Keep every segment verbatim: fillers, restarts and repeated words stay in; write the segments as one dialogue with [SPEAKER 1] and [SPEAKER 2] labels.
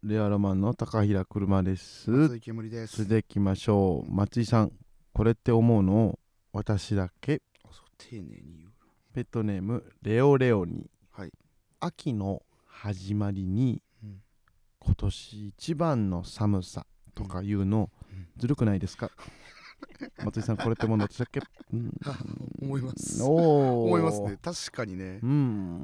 [SPEAKER 1] レアロマンの高平車です。
[SPEAKER 2] 松井煙です。
[SPEAKER 1] それでいきましょう。松井さん、これって思うの私だけ。
[SPEAKER 2] あ、そう丁寧に言う。
[SPEAKER 1] ペットネームレオレオニ。
[SPEAKER 2] はい。
[SPEAKER 1] 秋の始まりに、
[SPEAKER 2] うん、
[SPEAKER 1] 今年一番の寒さとか言うの、うん、ずるくないですか？松井さん、これって思うの私だけ、うん、
[SPEAKER 2] 思います。
[SPEAKER 1] お
[SPEAKER 2] 思いますね。確かにね、
[SPEAKER 1] うん、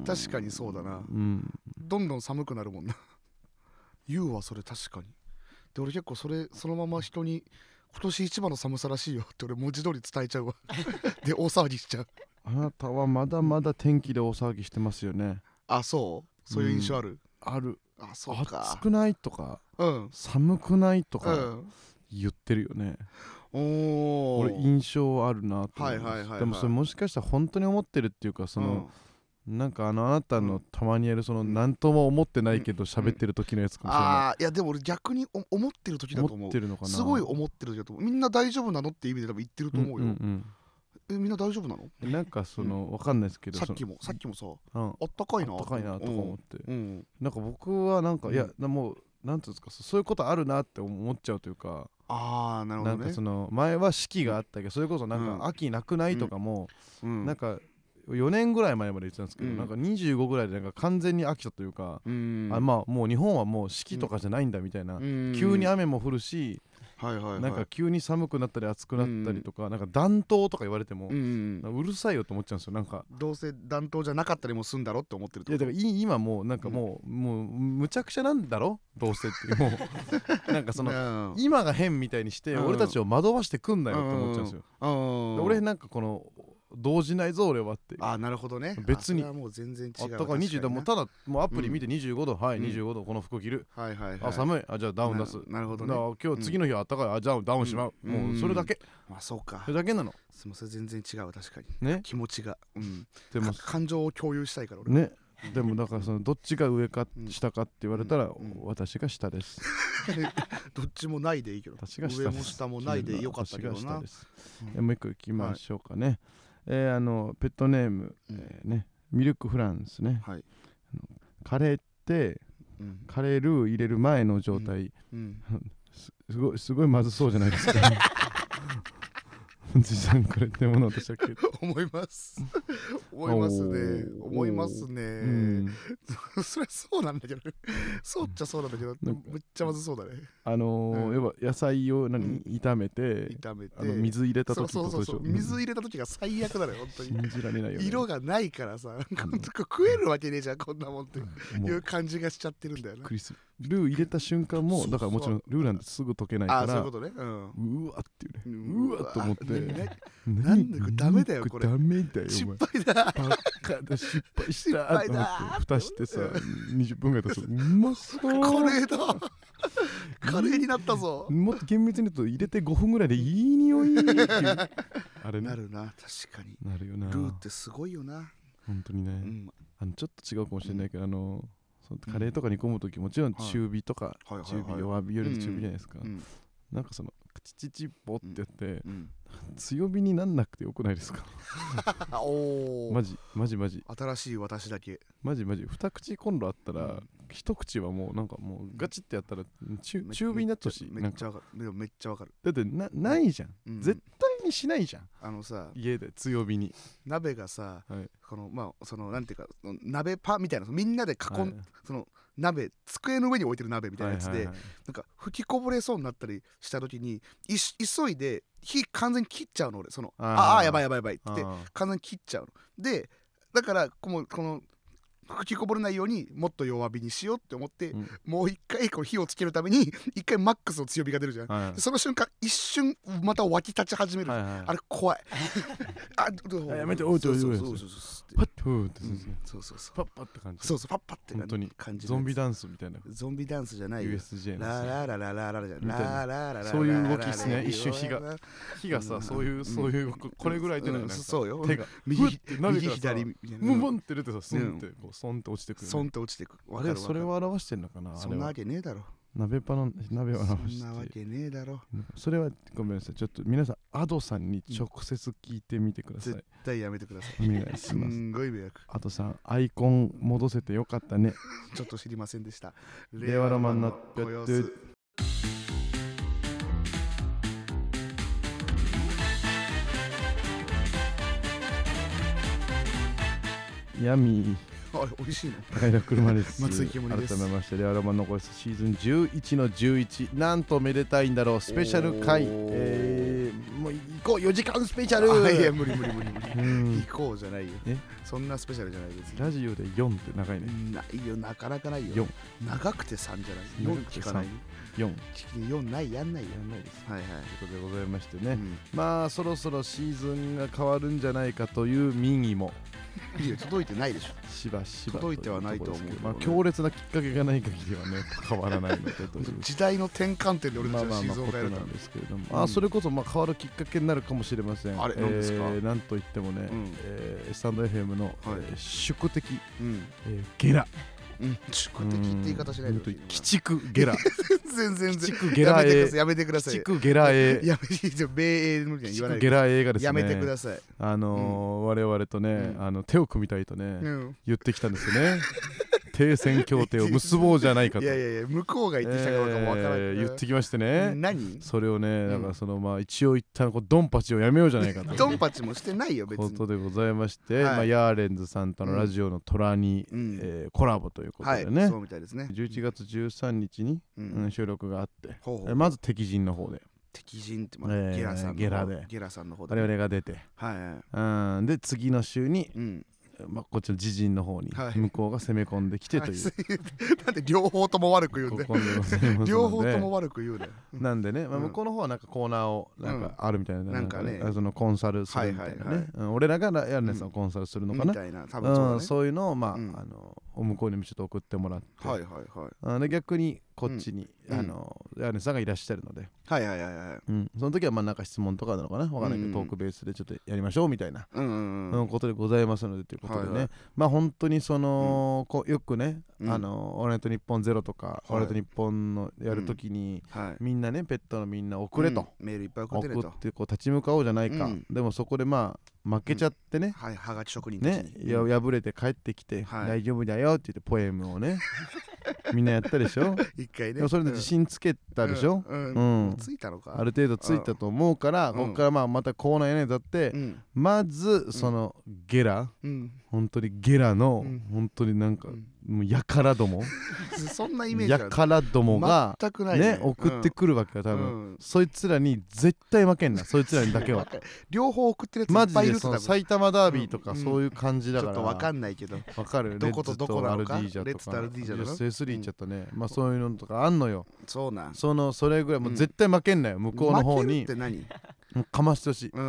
[SPEAKER 2] 確かにそうだな、
[SPEAKER 1] うん、
[SPEAKER 2] どんどん寒くなるもんな。言うわ、それ確かに。で、俺結構それそのまま人に今年一番の寒さらしいよって俺文字通り伝えちゃうわ。で、大騒ぎしちゃう。
[SPEAKER 1] あなたはまだまだ天気で大騒ぎしてますよね。
[SPEAKER 2] あ、そうそういう印象ある、うん、
[SPEAKER 1] ある。
[SPEAKER 2] あ、そうか。
[SPEAKER 1] 暑くないとか、
[SPEAKER 2] うん、
[SPEAKER 1] 寒くないとか、
[SPEAKER 2] うん、
[SPEAKER 1] 言ってるよね。
[SPEAKER 2] お
[SPEAKER 1] 俺印象あるなと思います。
[SPEAKER 2] はいはいはいはい、
[SPEAKER 1] でもそれもしかしたら本当に思ってるっていうか、その、うん、なんかあのあなたのたまにやるその何とも思ってないけど喋ってる時のやつかもしれない。
[SPEAKER 2] うんうん、ああ、いやでも俺逆に思ってる時だと思う。
[SPEAKER 1] 思ってるのかな。す
[SPEAKER 2] ごい思ってる時だと思う。みんな大丈夫なのって意味で多分言ってると思うよ。うんうんうん、え、みんな大丈夫なの？
[SPEAKER 1] なんかその、うん、わかんないですけど、
[SPEAKER 2] さっきもさっきもさ、
[SPEAKER 1] うん、
[SPEAKER 2] あったかいな
[SPEAKER 1] あったかいなとか思って、
[SPEAKER 2] うんうん、
[SPEAKER 1] なんか僕はなんか、うん、いやもうなんていうんですか、そういうことあるなって思っちゃうというか。
[SPEAKER 2] ああ、なるほどね。
[SPEAKER 1] なんかその前は四季があったけど、それこそなんか秋なくないとかも、うん、なんかよねんぐらい前まで言ってたんですけど、うん、なんかにじゅうごぐらいでなんか完全に飽きたというか、うん、あ、まあもう日本はもう四季とかじゃないんだみたいな、うん、急に雨も降るし、はいはいはい、なんか急に寒くなったり暑くなったりとか、うん、なんか暖冬とか言われても、うん、うるさいよと思っちゃうんですよ。なんか
[SPEAKER 2] どうせ暖冬じゃなかったりもすんだろって思ってるってこと。
[SPEAKER 1] いやだから今もうなんかもう、うん、もうむちゃくちゃなんだろどうせっていうもうなんかその今が変みたいにして俺たちを惑わしてくんなよって思っちゃうんですよ。俺なんかこの動じないぞ俺はって。
[SPEAKER 2] あ、なるほどね。
[SPEAKER 1] 別に
[SPEAKER 2] あ、それはもう全然違う。
[SPEAKER 1] あったかいにじゅうど、もうただもうアプリ見てにじゅうごど、うん、はい、にじゅうごどこの服着る、はいはいはい、あ、寒い、あ、じゃあダウン出す。
[SPEAKER 2] なるほどね。
[SPEAKER 1] 今日次の日はあったかい、あ、じゃあダウンしまう、うん、もうそれだけ。
[SPEAKER 2] まあそうか、
[SPEAKER 1] それだけなの。
[SPEAKER 2] すみません、全然違う。確かに
[SPEAKER 1] ね、
[SPEAKER 2] 気持ちが、うん、
[SPEAKER 1] でも
[SPEAKER 2] 感情を共有したいから俺
[SPEAKER 1] ね。でもだからそのどっちが上か下かって言われたら、うん、私が下です
[SPEAKER 2] どっちもないでいいけど、
[SPEAKER 1] 私が下
[SPEAKER 2] 上も下もないでよかったけどな。
[SPEAKER 1] です、うん、もう一個いきましょうかね、はい、えー、あのペットネーム、うん、えー、ね、ミルクフランスね、はい、カレーって、うん、カレールー入れる前の状態、うんうん、す, すごいすごいまずそうじゃないですかじさん、これってものでしたっけ？
[SPEAKER 2] 思います思いますね思いますね、うん、それはそうなんだけどそうっちゃそうなんだけど、めっちゃまずそうだね。
[SPEAKER 1] あのーうん、要は野菜を何、うん、炒めて炒めてあの水入れた時ってことでしょ。
[SPEAKER 2] そうそうそう、水入れた時が最悪だね本当に。
[SPEAKER 1] 信じられないよね。
[SPEAKER 2] 色がないからさ、なんか食えるわけねえじゃんこんなもんっていう感じがしちゃってるんだよな。
[SPEAKER 1] クリスルー入れた瞬間もだからもちろんルーなんてすぐ溶けないから、あ、そういうことね、うん、うわっていうね、うわっと思って、
[SPEAKER 2] なんでこれダメだよ、これ
[SPEAKER 1] ダメだよ、
[SPEAKER 2] 失敗だ、
[SPEAKER 1] バカだ、失敗したと思って蓋してさにじゅっぷんぐらい経つと、うまそう、
[SPEAKER 2] カレーだカレーになったぞ。
[SPEAKER 1] もっと厳密に言うと入れてごふんぐらいでいい匂いっていうあれね、
[SPEAKER 2] なるな、確かに
[SPEAKER 1] なるよな。
[SPEAKER 2] ルーってすごいよな
[SPEAKER 1] 本当にね、うん、あのちょっと違うかもしれないけど、うん、あのカレーとか煮込むときもちろん中火とか、はい、中火弱火より中火じゃないですか、うんうん、なんかそのチチチポってやって、うん、強火になんなくてよくないですか？おマジマジマジ
[SPEAKER 2] 新しい私だけ
[SPEAKER 1] マジマジ二口コンロあったら、うん、一口はもうなんかもうガチってやったら 中, 中火になったし、
[SPEAKER 2] めっちゃわかる、めっちゃわかる。
[SPEAKER 1] だってなないじゃん、うん、絶対にしないじゃん。
[SPEAKER 2] あのさ、
[SPEAKER 1] 家で強火に
[SPEAKER 2] 鍋がさ、はい、このまあそのなんていうか鍋パみたいな、みんなで囲ん、はい、その鍋机の上に置いてる鍋みたいなやつで、はいはいはい、なんか吹きこぼれそうになったりした時にい急いで火完全に切っちゃうの俺、そのああやばいやばいやばいって完全に切っちゃうので、だからこのこの吹きこぼれないようにもっと弱火にしようって思って、うん、もう一回こう火をつけるために一回マックスの強火が出るじゃん、はいはい、その瞬間一瞬また湧き立ち始める、はいはい、あれ怖いあ
[SPEAKER 1] あやめておうちょいおいパッとって
[SPEAKER 2] そうそうそう
[SPEAKER 1] パッパって感じ、
[SPEAKER 2] そうそうパッパって
[SPEAKER 1] 本当にゾンビダンスみたいな、
[SPEAKER 2] ゾンビダンスじゃないよ
[SPEAKER 1] ユーエスジェー の
[SPEAKER 2] ラララララララじゃ
[SPEAKER 1] ララララそういう動きっすね。一瞬火が火がさ、そういうそういうこれぐらいでない、
[SPEAKER 2] そうよ、
[SPEAKER 1] 手が
[SPEAKER 2] 右左みたいな、
[SPEAKER 1] ムンムンって出てさ、スンってこうソンって落ちてくる、
[SPEAKER 2] ソンって落ちてく。
[SPEAKER 1] あれそれを表してんのかな。
[SPEAKER 2] そんなわけねえだろ。
[SPEAKER 1] 鍋パの鍋は
[SPEAKER 2] そんなわけねえだろ。
[SPEAKER 1] それはごめんなさい、ちょっと皆さんアドさんに直接聞いてみてください。
[SPEAKER 2] 絶対やめてくださ
[SPEAKER 1] い。お願いします。す
[SPEAKER 2] んごい迷惑。
[SPEAKER 1] アドさんアイコン戻せてよかったね。
[SPEAKER 2] ちょっと知りませんでした。
[SPEAKER 1] 令和ロマンのご様子。ヤミー。
[SPEAKER 2] あ、美味しいの。
[SPEAKER 1] 高平車です。
[SPEAKER 2] 松井煙です。
[SPEAKER 1] 改めましてレアロマンのご様子シーズンじゅういちのじゅういち、なんとめでたいんだろう、スペシャル回、えー、もう行こうよじかんスペシャル。
[SPEAKER 2] あ、いや無理無理無理無理、うん、行こうじゃないよ。
[SPEAKER 1] え、
[SPEAKER 2] そんなスペシャルじゃないです。
[SPEAKER 1] ラジオでよんって長いね。
[SPEAKER 2] ないよ、なかなかないよ。
[SPEAKER 1] よん
[SPEAKER 2] 長くてさんじゃない。よん聞かない。
[SPEAKER 1] よん
[SPEAKER 2] よんない、やんないよ。
[SPEAKER 1] やんないです。
[SPEAKER 2] はいはい。
[SPEAKER 1] ということでございましてね、うん、まあそろそろシーズンが変わるんじゃないかという民意も
[SPEAKER 2] いや届いてないでしょ。
[SPEAKER 1] しばしば
[SPEAKER 2] 届いてはないと思う、ね。
[SPEAKER 1] まあ強烈なきっかけがない限りはね変わらないので
[SPEAKER 2] 時代の転換点で俺たちはシーズンを変える
[SPEAKER 1] なんですけれども、うん、あそれこそまあ変わるきっかけになるかもしれません。
[SPEAKER 2] あれ何ですか。
[SPEAKER 1] えー、なんといってもね、うん、えー、スタンド エフエム の、はい、えー、宿敵、
[SPEAKER 2] うん、
[SPEAKER 1] えー、ゲラ。
[SPEAKER 2] うん、宿敵って言い方しないで。
[SPEAKER 1] 鬼畜ゲラ。
[SPEAKER 2] 全然全
[SPEAKER 1] 然。ゲラエ。
[SPEAKER 2] やめてください。
[SPEAKER 1] 鬼畜ゲラエ。
[SPEAKER 2] やめてください。米英の言わない。
[SPEAKER 1] ゲラエがですね。
[SPEAKER 2] やめてください。
[SPEAKER 1] あのー、我々とね、あの手を組みたいとね、言ってきたんですよね。停戦協定を結ぼうじゃないかと。
[SPEAKER 2] いやいやいや、向こうが言ってきたかどうかもわからない、え
[SPEAKER 1] ー、言ってきましてね。
[SPEAKER 2] 何
[SPEAKER 1] それをね、だからそのまあ一応一旦こうドンパチをやめようじゃないかと。
[SPEAKER 2] ドンパチもしてないよ別に。
[SPEAKER 1] ことでございまして、はい、まあヤーレンズさんとのラジオの虎に、うん、えー、コラボということでね。
[SPEAKER 2] はい、そうみたいですね。
[SPEAKER 1] じゅういちがつじゅうさんにちに、うんうん、収録があって、
[SPEAKER 2] ほうほう、
[SPEAKER 1] まず敵陣の方で。
[SPEAKER 2] 敵陣ってまあ、えー、ゲラさんの
[SPEAKER 1] ゲラで
[SPEAKER 2] ゲラさんの方で、
[SPEAKER 1] 我々が出て、
[SPEAKER 2] はいはい、
[SPEAKER 1] うん、で次の週に、うん、まあ、こっちの自陣の方に向こうが攻め込んできてという、はい、
[SPEAKER 2] なんで両方とも悪く言うんで両方とも悪く言うね。
[SPEAKER 1] なんでね、まあ、向こうの方はなんかコーナーをなんかあるみたいな、うん、なんかね、そのコンサルするみたいなね、はいはいはい、うん、俺らがやるやつをコンサルするのかな、うん、みたいな、多分そうだね、うん、そういうのをまあ、うん、あの向こうにもちょっと送ってもらって、
[SPEAKER 2] はいはいはい、
[SPEAKER 1] あで逆にこっちに、うん、あのヤーネさんがいらっしゃるので、
[SPEAKER 2] はいはいはいはい、
[SPEAKER 1] うん、その時はまあなんか質問とかなのかな、わからないけど、うん、トークベースでちょっとやりましょうみたいな、うんうんうん、ことでございますのでということでね、はいはい、まあ本当にその、うん、こよくね、うん、あのオールナイトニッポンゼロとか、はい、オールナイトニッポンのやるときに、うんはい、みんなねペットのみんな送れと、
[SPEAKER 2] うん、メールいっぱい送ってねと
[SPEAKER 1] 送ってこう立ち向かおうじゃないか、うん、でもそこでまあ負けちゃってね、
[SPEAKER 2] うん、はい、はがき職人たちに、
[SPEAKER 1] ね、や敗れて帰ってきて、はい、大丈夫だよって言ってポエムをねみんなやったでしょ
[SPEAKER 2] 一回ね。
[SPEAKER 1] でもそれで自信つけたでしょ、
[SPEAKER 2] うんうんうん、ついたのか、
[SPEAKER 1] ある程度ついたと思うから、うん、ここからまあまたコーナーやねんだって、うん、まずそのゲラ、うん、本当にゲラの、うん、本当になんか、うん、もうやからども
[SPEAKER 2] そんなイメージ
[SPEAKER 1] やからどもが
[SPEAKER 2] 全くないね、
[SPEAKER 1] ね、送ってくるわけよ多分、うん、そいつらに絶対負けんなそいつらにだけは
[SPEAKER 2] 両方送ってるやついっぱいいる
[SPEAKER 1] マジでその埼玉ダービーとかそういう感じだから、
[SPEAKER 2] ちょっとわかんないけど
[SPEAKER 1] わかる、
[SPEAKER 2] どことどこなのか、
[SPEAKER 1] レッツとアルディージャとか
[SPEAKER 2] レッツとアルディージャだろ、
[SPEAKER 1] エスリー ちゃったね、まあそういうのとかあんのよ。
[SPEAKER 2] そうなん、
[SPEAKER 1] そのそれぐらいもう絶対負けんなよ、向こうの方に
[SPEAKER 2] 負けるって何
[SPEAKER 1] かましてほしい、
[SPEAKER 2] うん、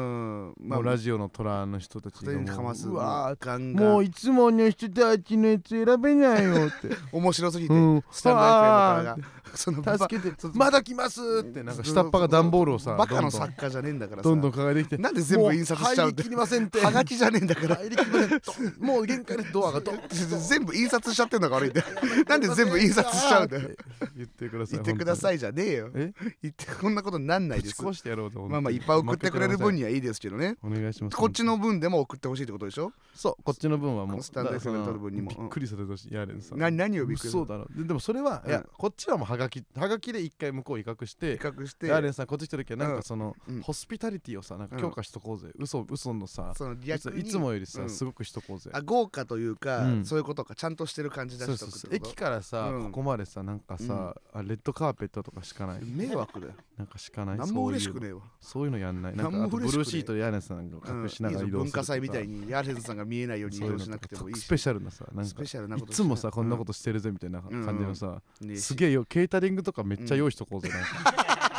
[SPEAKER 1] まあ、もうラジオの虎の人たちに
[SPEAKER 2] かます、
[SPEAKER 1] うわーもういつもの人たちのやつ選べないよって
[SPEAKER 2] 面白すぎて、うん、スタンド エフエム からが
[SPEAKER 1] その助けてまだ来ますってなんか下っ端が段ボールをさ
[SPEAKER 2] バカの作家じゃねえんだからさ
[SPEAKER 1] どんどん抱えてきて
[SPEAKER 2] なんで全部印刷しちゃうん
[SPEAKER 1] で入りきりませんって
[SPEAKER 2] はがきじゃねえんだから
[SPEAKER 1] 入りきりませんもう限界ですドアがド
[SPEAKER 2] 全部印刷しちゃってんのが悪いんだよなんで全部印刷しちゃうんだよ
[SPEAKER 1] 言ってください
[SPEAKER 2] 言ってくださいじゃねえよえ言ってこんなことになんないです
[SPEAKER 1] ぶち壊してやろうと思って
[SPEAKER 2] まあまあいっぱい送ってくれる分にはいいですけどね
[SPEAKER 1] お願いします。
[SPEAKER 2] こっちの分でも送ってほしいってことでしょ。
[SPEAKER 1] そうこっちの分はもう
[SPEAKER 2] スタンド エフエム 取る分にも
[SPEAKER 1] びっくりされたしやれんさ
[SPEAKER 2] 何何をびっくり
[SPEAKER 1] そうだろででもそれは、うん、いやこっちはもうはがきはがきで一回向こう威嚇して威
[SPEAKER 2] 嚇して
[SPEAKER 1] やれんさこっち来た時はなんかその、うん、ホスピタリティをさなんか強化しとこうぜ、うん、嘘嘘のさ
[SPEAKER 2] その逆に
[SPEAKER 1] いつもよりさ、うん、すごくしとこうぜ
[SPEAKER 2] あ豪華というか、うん、そういうことかちゃんとしてる感じ出しとくってこと。
[SPEAKER 1] そうそうそう駅からさ、うん、ここまでさなんかさ、うん、レッドカーペットとか敷かない
[SPEAKER 2] 迷惑だよ
[SPEAKER 1] なんか敷かない
[SPEAKER 2] 何も嬉しくねえわ
[SPEAKER 1] そういうのやんないなんかあとブルーシートでヤーレンさんが隠しながら移動するとか、
[SPEAKER 2] うん、文化祭みたいにヤーレンさんが見えないように移動しなくてもいいし
[SPEAKER 1] スペシャルなさなんかいつもさこんなことしてるぜみたいな感じのさ、うんうん、すげえよケータリングとかめっちゃ用意しとこうぜ、うん、なんか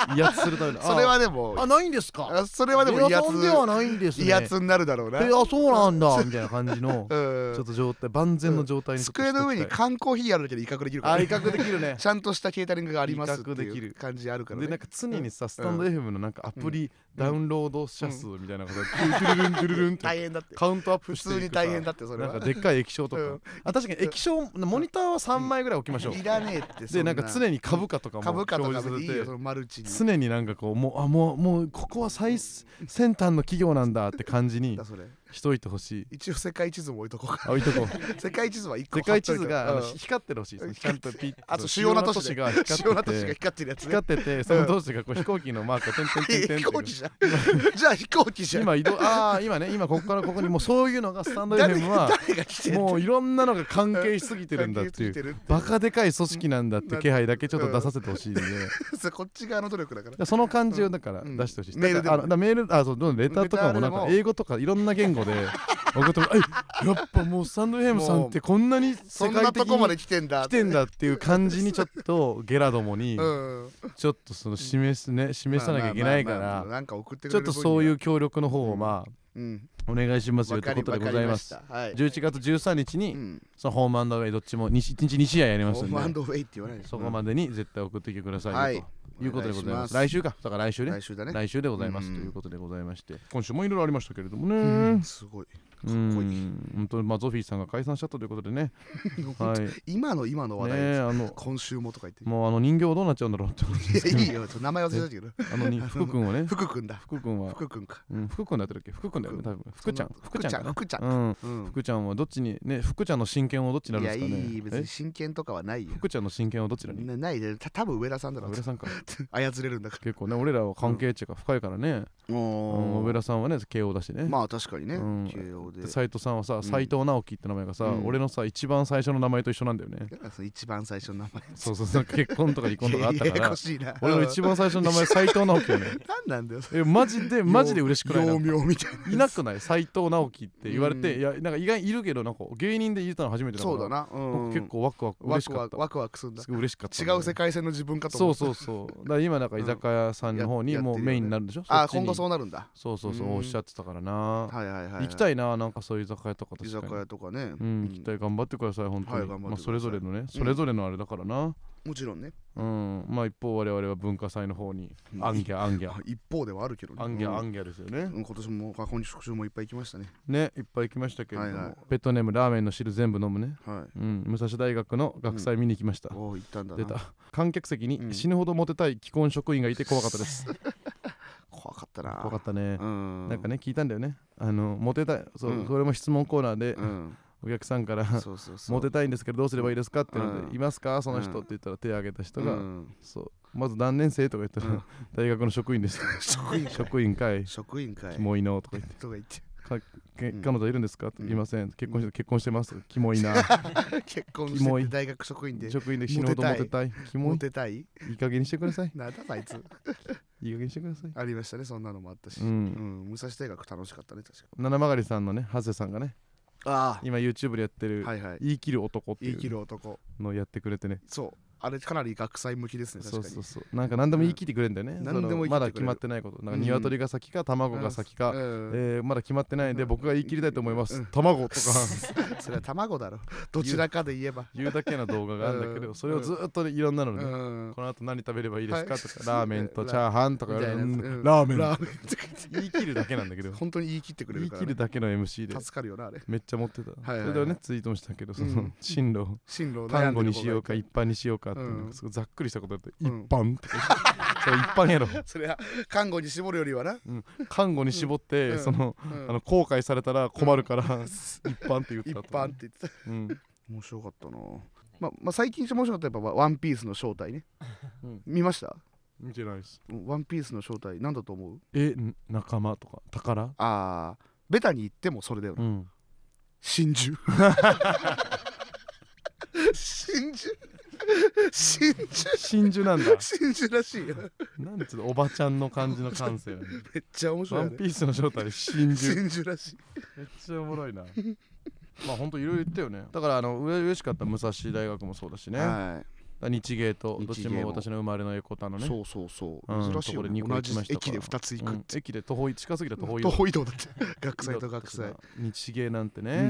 [SPEAKER 1] 威圧するために
[SPEAKER 2] それはでも
[SPEAKER 1] あないんですか
[SPEAKER 2] それはでも威圧
[SPEAKER 1] ではないんですね
[SPEAKER 2] 威圧になるだろうな
[SPEAKER 1] えあそうなんだみたいな感じのち
[SPEAKER 2] ょ
[SPEAKER 1] ょっと状態万全の状態に
[SPEAKER 2] 机の上に缶コーヒーあるだけで威嚇できるから
[SPEAKER 1] あ威嚇できるね
[SPEAKER 2] ちゃんとしたケータリングがありますって
[SPEAKER 1] 威嚇できる
[SPEAKER 2] いう感じあるからね
[SPEAKER 1] でなんか常にさスタンド エフエム のなんかアプリダウンロード者数みたいなことがトゥルルントゥルルンって
[SPEAKER 2] 大変だって
[SPEAKER 1] カウントアップ
[SPEAKER 2] 普
[SPEAKER 1] していくさ
[SPEAKER 2] 通に大変だってそれは
[SPEAKER 1] なんかでっかい液晶とか、
[SPEAKER 2] うん
[SPEAKER 1] あ確かに液晶モニターはさんまいぐらい置きましょう、
[SPEAKER 2] いらねえって
[SPEAKER 1] でなんか常に株価とかも
[SPEAKER 2] 株価と
[SPEAKER 1] 表
[SPEAKER 2] かでいいよそ
[SPEAKER 1] 示されて
[SPEAKER 2] のマルチに
[SPEAKER 1] 常になんかこうもうあもうもうここは最先端の企業なんだって感じに
[SPEAKER 2] だそれ
[SPEAKER 1] しといてほしい。
[SPEAKER 2] 一応世界地図も置いとこうか
[SPEAKER 1] あ置いとこう
[SPEAKER 2] 世界地図は一個
[SPEAKER 1] 世界地図があの
[SPEAKER 2] 貼っといた
[SPEAKER 1] 光ってるほしいですちゃんとピッ
[SPEAKER 2] あと主要な都市で
[SPEAKER 1] が光
[SPEAKER 2] 主要な都市が
[SPEAKER 1] ってて
[SPEAKER 2] 光ってるやつね
[SPEAKER 1] 光っててその都市がこう飛行機のマークが点々点々点々
[SPEAKER 2] 飛行機じゃんじゃあ飛行機じゃん
[SPEAKER 1] 今移動ああ今ね今ここからここにもうそういうのがスタンド エフエム は
[SPEAKER 2] 誰が来てんの
[SPEAKER 1] もういろんなのが関係しすぎてるんだっていうバカでかい組織なんだって気配だけちょっと出させてほしいんで
[SPEAKER 2] それこっち側の努力だから
[SPEAKER 1] その感じをだから出してほしい、
[SPEAKER 2] うんメールでも
[SPEAKER 1] だからあだからメールあそうどんどんレターとかもなんか英語とかいろんな言語で送ってもえやっぱもうスタンド エフエム さんってこんなに
[SPEAKER 2] そんな
[SPEAKER 1] 世界的
[SPEAKER 2] とこまで
[SPEAKER 1] に
[SPEAKER 2] 来てんだ
[SPEAKER 1] 来てんだっていう感じにちょっとゲラどもに
[SPEAKER 2] うん
[SPEAKER 1] ちょっとその示すね示さなきゃいけないから
[SPEAKER 2] まあまあまあまあなんか送ってく
[SPEAKER 1] ちょっ
[SPEAKER 2] れる
[SPEAKER 1] とそういう協力の方をまあ
[SPEAKER 2] うん
[SPEAKER 1] お願いしますよ
[SPEAKER 2] わかり
[SPEAKER 1] ということでございます
[SPEAKER 2] わかりましたはい
[SPEAKER 1] じゅういちがつじゅうさんにちに
[SPEAKER 2] うん
[SPEAKER 1] そのホームアンドウェイどっちもいちにちに試合やりますん
[SPEAKER 2] ホームアン
[SPEAKER 1] で
[SPEAKER 2] ドウェイって言わないで
[SPEAKER 1] そこまでに絶対送ってきてくださいよ、
[SPEAKER 2] はい
[SPEAKER 1] ということでございます。
[SPEAKER 2] お願いします
[SPEAKER 1] 来週か、だから来週ね。
[SPEAKER 2] 来週だね
[SPEAKER 1] 来週でございます
[SPEAKER 2] うん
[SPEAKER 1] ということでございまして、今週もいろいろありましたけれどもね。
[SPEAKER 2] うんすごいかっこいい
[SPEAKER 1] 本当にまあゾフィーさんが解散しちゃったということでね。はい。ね
[SPEAKER 2] 今の今の話題
[SPEAKER 1] えあの
[SPEAKER 2] 今週もとか言って
[SPEAKER 1] もうあの人形どうなっちゃうんだろうって思うんですけど。
[SPEAKER 2] いやいいよちょっと名前忘れたけど
[SPEAKER 1] あのに福君はね。
[SPEAKER 2] 福君だ
[SPEAKER 1] 福君は
[SPEAKER 2] 福君か
[SPEAKER 1] うん福君だったっけ福君だよね多分。福ちゃん
[SPEAKER 2] 福ちゃん福ちゃん
[SPEAKER 1] うん
[SPEAKER 2] うん
[SPEAKER 1] 福ちゃんはどっちにね福ちゃんの親権はどっちになるんですかね。
[SPEAKER 2] いやいい別に真剣とかはないよ
[SPEAKER 1] 福ちゃんの親権はどちらに。
[SPEAKER 2] なないでた多分上田さんだろ
[SPEAKER 1] 上田さんか。
[SPEAKER 2] 操れるんだか
[SPEAKER 1] 結構ね俺らは関係値が深いからね。
[SPEAKER 2] ら
[SPEAKER 1] 上田さんはね慶応だしね。
[SPEAKER 2] まあ確かにね
[SPEAKER 1] うん
[SPEAKER 2] 慶応で
[SPEAKER 1] 斉藤さんはさ斉藤直樹って名前がさ、
[SPEAKER 2] うん
[SPEAKER 1] 俺のさ一番最初の名前と一緒なんだよね。
[SPEAKER 2] その一番最初の名前
[SPEAKER 1] そうそうそう結婚とか離婚とかあったか
[SPEAKER 2] やや
[SPEAKER 1] ら
[SPEAKER 2] こしいな
[SPEAKER 1] 俺の一番最初の名前斉藤直樹よね。
[SPEAKER 2] 何なんだよ
[SPEAKER 1] えマジでマジで嬉しくない
[SPEAKER 2] 幼
[SPEAKER 1] な
[SPEAKER 2] 名みたいない
[SPEAKER 1] なくない斉藤直樹って言われて、
[SPEAKER 2] うん
[SPEAKER 1] いやなんか意外にいるけどなんか芸人で言ったの初めてだから
[SPEAKER 2] そうだなうん
[SPEAKER 1] 僕結構ワクワク嬉しかった
[SPEAKER 2] ワクワクワクワクするんだ
[SPEAKER 1] すごい嬉しかった、
[SPEAKER 2] 違う世界線の自分かと
[SPEAKER 1] そう
[SPEAKER 2] 思った
[SPEAKER 1] そうそうだから今なんか居酒屋さんの方に
[SPEAKER 2] うんや
[SPEAKER 1] もうメインになるんでしょ、
[SPEAKER 2] あ
[SPEAKER 1] そっちに
[SPEAKER 2] 今後そうなるんだ
[SPEAKER 1] そうそうそう
[SPEAKER 2] うん
[SPEAKER 1] おっしゃってたからな、
[SPEAKER 2] はいはいはいはい
[SPEAKER 1] 行きたいななんかそういう居酒屋とか
[SPEAKER 2] 居
[SPEAKER 1] 確かに
[SPEAKER 2] 酒屋とかね
[SPEAKER 1] うん、行きたい頑張ってください本当に、
[SPEAKER 2] はい頑張ってください
[SPEAKER 1] まあ、それぞれのねそれぞれのあれだからな、
[SPEAKER 2] もちろんね
[SPEAKER 1] うん、まあ一方我々は文化祭の方に
[SPEAKER 2] うん
[SPEAKER 1] アンギャアンギャ
[SPEAKER 2] あ一方ではあるけどね
[SPEAKER 1] アンギャ
[SPEAKER 2] うん
[SPEAKER 1] アンギャですよね、
[SPEAKER 2] うん今年もあ今週もいっぱい行きましたね
[SPEAKER 1] ねいっぱい行きましたけれども、
[SPEAKER 2] はいはい
[SPEAKER 1] ペットネームラーメンの汁全部飲むね、
[SPEAKER 2] はい
[SPEAKER 1] うん、武蔵大学の学祭見に行きました、
[SPEAKER 2] おお行ったんだな
[SPEAKER 1] 出た観客席
[SPEAKER 2] うん
[SPEAKER 1] に死ぬほどモテたい既婚職員がいて怖かったです
[SPEAKER 2] 怖かったな
[SPEAKER 1] 怖かったね、
[SPEAKER 2] うん
[SPEAKER 1] なんかね聞いたんだよねあのモテたいそう、
[SPEAKER 2] うん
[SPEAKER 1] それも質問コーナーで、
[SPEAKER 2] うん
[SPEAKER 1] お客さんから
[SPEAKER 2] そうそうそう
[SPEAKER 1] モテたいんですけどどうすればいいですかっていうので、
[SPEAKER 2] うん
[SPEAKER 1] いますかその人
[SPEAKER 2] うん
[SPEAKER 1] って言ったら手を挙げた人が、
[SPEAKER 2] うん
[SPEAKER 1] そうまず何年生とか言ったら、
[SPEAKER 2] うん
[SPEAKER 1] 大学の職員です
[SPEAKER 2] 職員会
[SPEAKER 1] 職員会
[SPEAKER 2] 職員会
[SPEAKER 1] キモいのとか言って
[SPEAKER 2] とか言って
[SPEAKER 1] かけ
[SPEAKER 2] うん
[SPEAKER 1] 彼女いるんですかって
[SPEAKER 2] うん
[SPEAKER 1] 言いません結婚して結婚してますキモいな
[SPEAKER 2] 結婚
[SPEAKER 1] キモい
[SPEAKER 2] して大学職員で
[SPEAKER 1] 職員で死ぬほどモテたいキモ
[SPEAKER 2] モ
[SPEAKER 1] い
[SPEAKER 2] テたい
[SPEAKER 1] いい加減にしてください
[SPEAKER 2] なんだあいつ
[SPEAKER 1] いい加減にしてください
[SPEAKER 2] ありましたねそんなのもあったし
[SPEAKER 1] う
[SPEAKER 2] うんん武蔵大学楽しかったね確か
[SPEAKER 1] 七曲さんのね長谷さんがね
[SPEAKER 2] あ
[SPEAKER 1] 今 YouTube でやってる
[SPEAKER 2] あはいはい
[SPEAKER 1] 言い切る男ってい
[SPEAKER 2] 言い切
[SPEAKER 1] う
[SPEAKER 2] る男
[SPEAKER 1] のをやってくれてね
[SPEAKER 2] そうあれかなり学祭向きですね確かに
[SPEAKER 1] そうそうそうなんか何でも言い切ってくれるんだよね、
[SPEAKER 2] うん
[SPEAKER 1] その
[SPEAKER 2] 何でも言い切ってくれる
[SPEAKER 1] まだ決まってないことなんか鶏が先か卵が先か、
[SPEAKER 2] うん
[SPEAKER 1] えーまだ決まってないんで
[SPEAKER 2] うん
[SPEAKER 1] 僕が言い切りたいと思います、
[SPEAKER 2] うん
[SPEAKER 1] 卵とか
[SPEAKER 2] それは卵だろどちらかで言えば
[SPEAKER 1] 言うだけの動画があるんだけど、
[SPEAKER 2] うん
[SPEAKER 1] それをずっとねいろんなの
[SPEAKER 2] う
[SPEAKER 1] ね、
[SPEAKER 2] ん
[SPEAKER 1] この後何食べればいいですか
[SPEAKER 2] はい
[SPEAKER 1] とかラーメンとチャーハンとか言われる
[SPEAKER 2] みたいなやつうん
[SPEAKER 1] ラーメン
[SPEAKER 2] ラーメンとか言って
[SPEAKER 1] 言い切るだけなんだけど
[SPEAKER 2] 本当に言い切ってくれ
[SPEAKER 1] 言い
[SPEAKER 2] るからね
[SPEAKER 1] 切るだけの エムシー で
[SPEAKER 2] 助かるよなあれ
[SPEAKER 1] めっちゃ持ってた、
[SPEAKER 2] はいはいはい
[SPEAKER 1] それではねツイートもしたけどその、
[SPEAKER 2] うん
[SPEAKER 1] 進路を
[SPEAKER 2] 進路を悩
[SPEAKER 1] 単語
[SPEAKER 2] んでる子がいて
[SPEAKER 1] にしようか一般にしようかっていう
[SPEAKER 2] うん
[SPEAKER 1] なんかすごいざっくりしたことだって、
[SPEAKER 2] うん
[SPEAKER 1] 一般とか言ってそれ一般やろ、
[SPEAKER 2] それは看護に絞るよりはな
[SPEAKER 1] うん、看護に絞って、
[SPEAKER 2] うん
[SPEAKER 1] その
[SPEAKER 2] うん
[SPEAKER 1] あの後悔されたら困るから、一般って言った
[SPEAKER 2] 一
[SPEAKER 1] と
[SPEAKER 2] 般って言ってた
[SPEAKER 1] うん
[SPEAKER 2] 面白かったなまあまあ最近一番面白かったのはやっぱワンピースの正体ね
[SPEAKER 1] うん
[SPEAKER 2] 見ました
[SPEAKER 1] 見てないです
[SPEAKER 2] ワンピースの正体なんだと思う
[SPEAKER 1] えん仲間とか宝
[SPEAKER 2] ああベタに言ってもそれだよな
[SPEAKER 1] うん
[SPEAKER 2] 真珠真珠真珠
[SPEAKER 1] 真珠なんだ
[SPEAKER 2] 真珠らしいよ
[SPEAKER 1] なんつうのおばちゃんの感じの感性やね
[SPEAKER 2] めっちゃ面白いよね
[SPEAKER 1] ワンピースの正体真珠
[SPEAKER 2] 真珠らしい
[SPEAKER 1] めっちゃおもろいなまあほんといろいろ言ったよねだからあのうれ嬉しかった武蔵大学もそうだしね、
[SPEAKER 2] はい
[SPEAKER 1] 日芸とどっちも私の生まれの横田のね、
[SPEAKER 2] そうそうそう、
[SPEAKER 1] うん、
[SPEAKER 2] 珍しいよね、同じ駅でふたつ行くって、うん、
[SPEAKER 1] 駅で徒歩近すぎる徒歩移
[SPEAKER 2] 動徒歩移動だって学祭と学祭
[SPEAKER 1] 日芸なんてね、うん、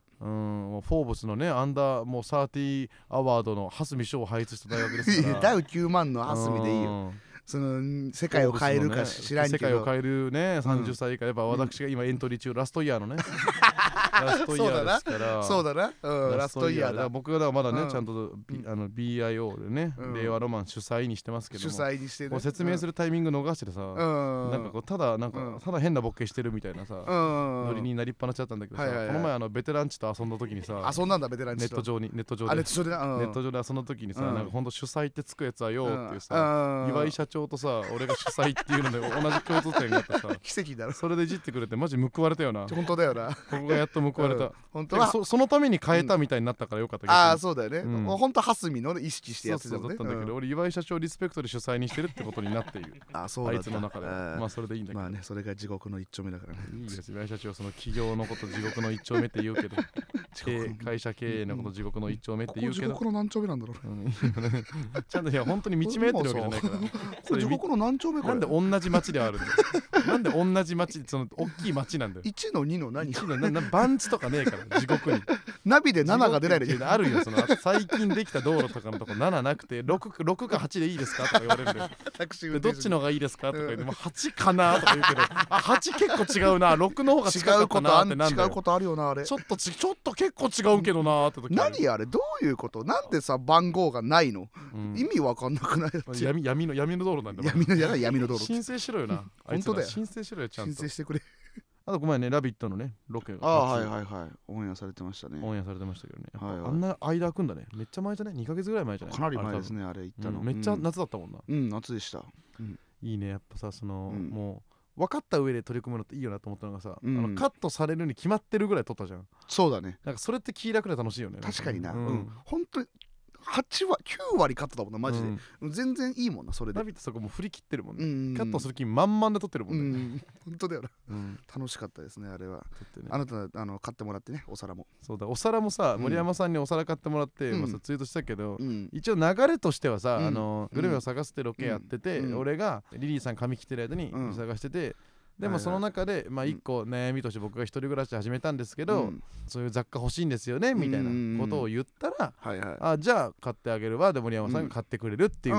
[SPEAKER 1] うん、もうフォーブスのねアンダーもうさんじゅうアワードの蓮見翔を輩出した大学ですから
[SPEAKER 2] ダウきゅうまんの蓮見でいいよ、その世界を変えるか知らんけど、
[SPEAKER 1] 世界を変えるねさんじゅっさい以下、やっぱ私が今エントリー中ラストイヤーのねラストイヤーですから
[SPEAKER 2] そうだな、うん、ラストイヤーだ。
[SPEAKER 1] 僕がまだね、うん、ちゃんと、B、あの ビーアイオー でね、うん、令和ロマン主催にしてますけども、
[SPEAKER 2] 主催にしてね、
[SPEAKER 1] 説明するタイミング逃しててさ、うん、なんかこうただなんか、うん、ただ変なボケしてるみたいなさ、うん、ノリになりっぱなしだったんだけどさ、はいはいはい、この前あのベテランチと遊んだ時にさ、
[SPEAKER 2] 遊んだんだベテランチと
[SPEAKER 1] ネット上にネット上でネット上で、うん、ネット上で遊んだ時にさ、うん、なんかほんと主催ってつくやつはよっていうさ、うん、岩井社長とさ俺が主催っていうので同じ共通点があってさ
[SPEAKER 2] 奇跡だろ、
[SPEAKER 1] それでいじってくれてマジ報われたよな。
[SPEAKER 2] 本当だよな、
[SPEAKER 1] ここがやっと報われた、うん、
[SPEAKER 2] 本当は
[SPEAKER 1] そ, そのために変えたみたいになったからよかったけど、
[SPEAKER 2] うん、ああそうだよね、うん、もう本当ハスミの意識してやってたもんね。
[SPEAKER 1] そうそうだったんだけど、うん、俺岩井社長リスペクトで主催にしてるってことになっている
[SPEAKER 2] あ, そうだ
[SPEAKER 1] あいつの中ではまあそれでいいんだけど、
[SPEAKER 2] まあねそれが地獄の一丁目だからね。
[SPEAKER 1] いいです岩井社長、その企業のこと地獄の一丁目って言うけど会社経営のこと地獄の一丁目って言うけど、
[SPEAKER 2] ここ地獄の何丁目なんだろう、うん、
[SPEAKER 1] ちゃんといや本当に道めってるわけじゃないから
[SPEAKER 2] これ地獄の何丁目これ
[SPEAKER 1] なんで同じ町ではあるんだよなんで同じ町、その大きい町なんだよ。
[SPEAKER 2] いちのにの何
[SPEAKER 1] いちのなな番地とかねえから地獄に
[SPEAKER 2] ナビでななが出ないで
[SPEAKER 1] あるよ、その最近できた道路とかのとこなななくて 6, 6かはちでいいですかとか言われるんだよ
[SPEAKER 2] タクシー
[SPEAKER 1] でどっちの方がいいですかとか言って、もうはちかなとか言うけどあはち結構違うな、ろくの方が近かったなってなんだよ。
[SPEAKER 2] 違うことあるよなあれ。
[SPEAKER 1] ちょっとちちょっと結構違うけどなって時
[SPEAKER 2] 何あれどういうこと、なんでさ番号がないの、うん、意味わかんなくない
[SPEAKER 1] 闇, 闇, の闇の道路なんだ
[SPEAKER 2] 闇のや闇の道路
[SPEAKER 1] 申請しろよな
[SPEAKER 2] 本当だよ、
[SPEAKER 1] 申請しろよちゃんと
[SPEAKER 2] 申請してくれ。
[SPEAKER 1] あとごめんね、ラビットのねロケが
[SPEAKER 2] あはいはいはいオンエアされてましたね。
[SPEAKER 1] オンエアされてましたけどね、
[SPEAKER 2] はいはい、
[SPEAKER 1] あんな間空くんだね。めっちゃ前じゃない、にかげつぐらい前じゃない。
[SPEAKER 2] かなり前ですねあれ行ったの、
[SPEAKER 1] うん、めっちゃ夏だったもんな。
[SPEAKER 2] うん、うん、夏でした、
[SPEAKER 1] うん、いいねやっぱさ、その、うん、もう分かった上で取り組むのっていいよなと思ったのがさ、うん、あのカットされるに決まってるぐらい撮ったじゃん。
[SPEAKER 2] そうだね、
[SPEAKER 1] なんかそれって気楽で楽しいよね。
[SPEAKER 2] 確かにな、うん、うん、本当にはちわきゅうわりカットだもんなマジで、うん、全然いいもんなそれで。
[SPEAKER 1] ラビットそこもう振り切ってるもんね、うんうん、カットする気満々で撮ってるもんね、うん、
[SPEAKER 2] 本当だよな、うん、楽しかったですねあれは、ね、あなたあの買ってもらってねお皿も。
[SPEAKER 1] そうだお皿もさ、うん、森山さんにお皿買ってもらって、うんまあ、ツイートしたけど、うん、一応流れとしてはさ、うん、あのグルメを探すってロケやってて、うん、俺がリリーさん髪切ってる間に探してて、でもその中でまあ一個悩みとして僕が一人暮らし始めたんですけど、うん、そういう雑貨欲しいんですよねみたいなことを言ったら、はいはい、あじゃあ買ってあげるわで森山さんが買ってくれるっていう、うん、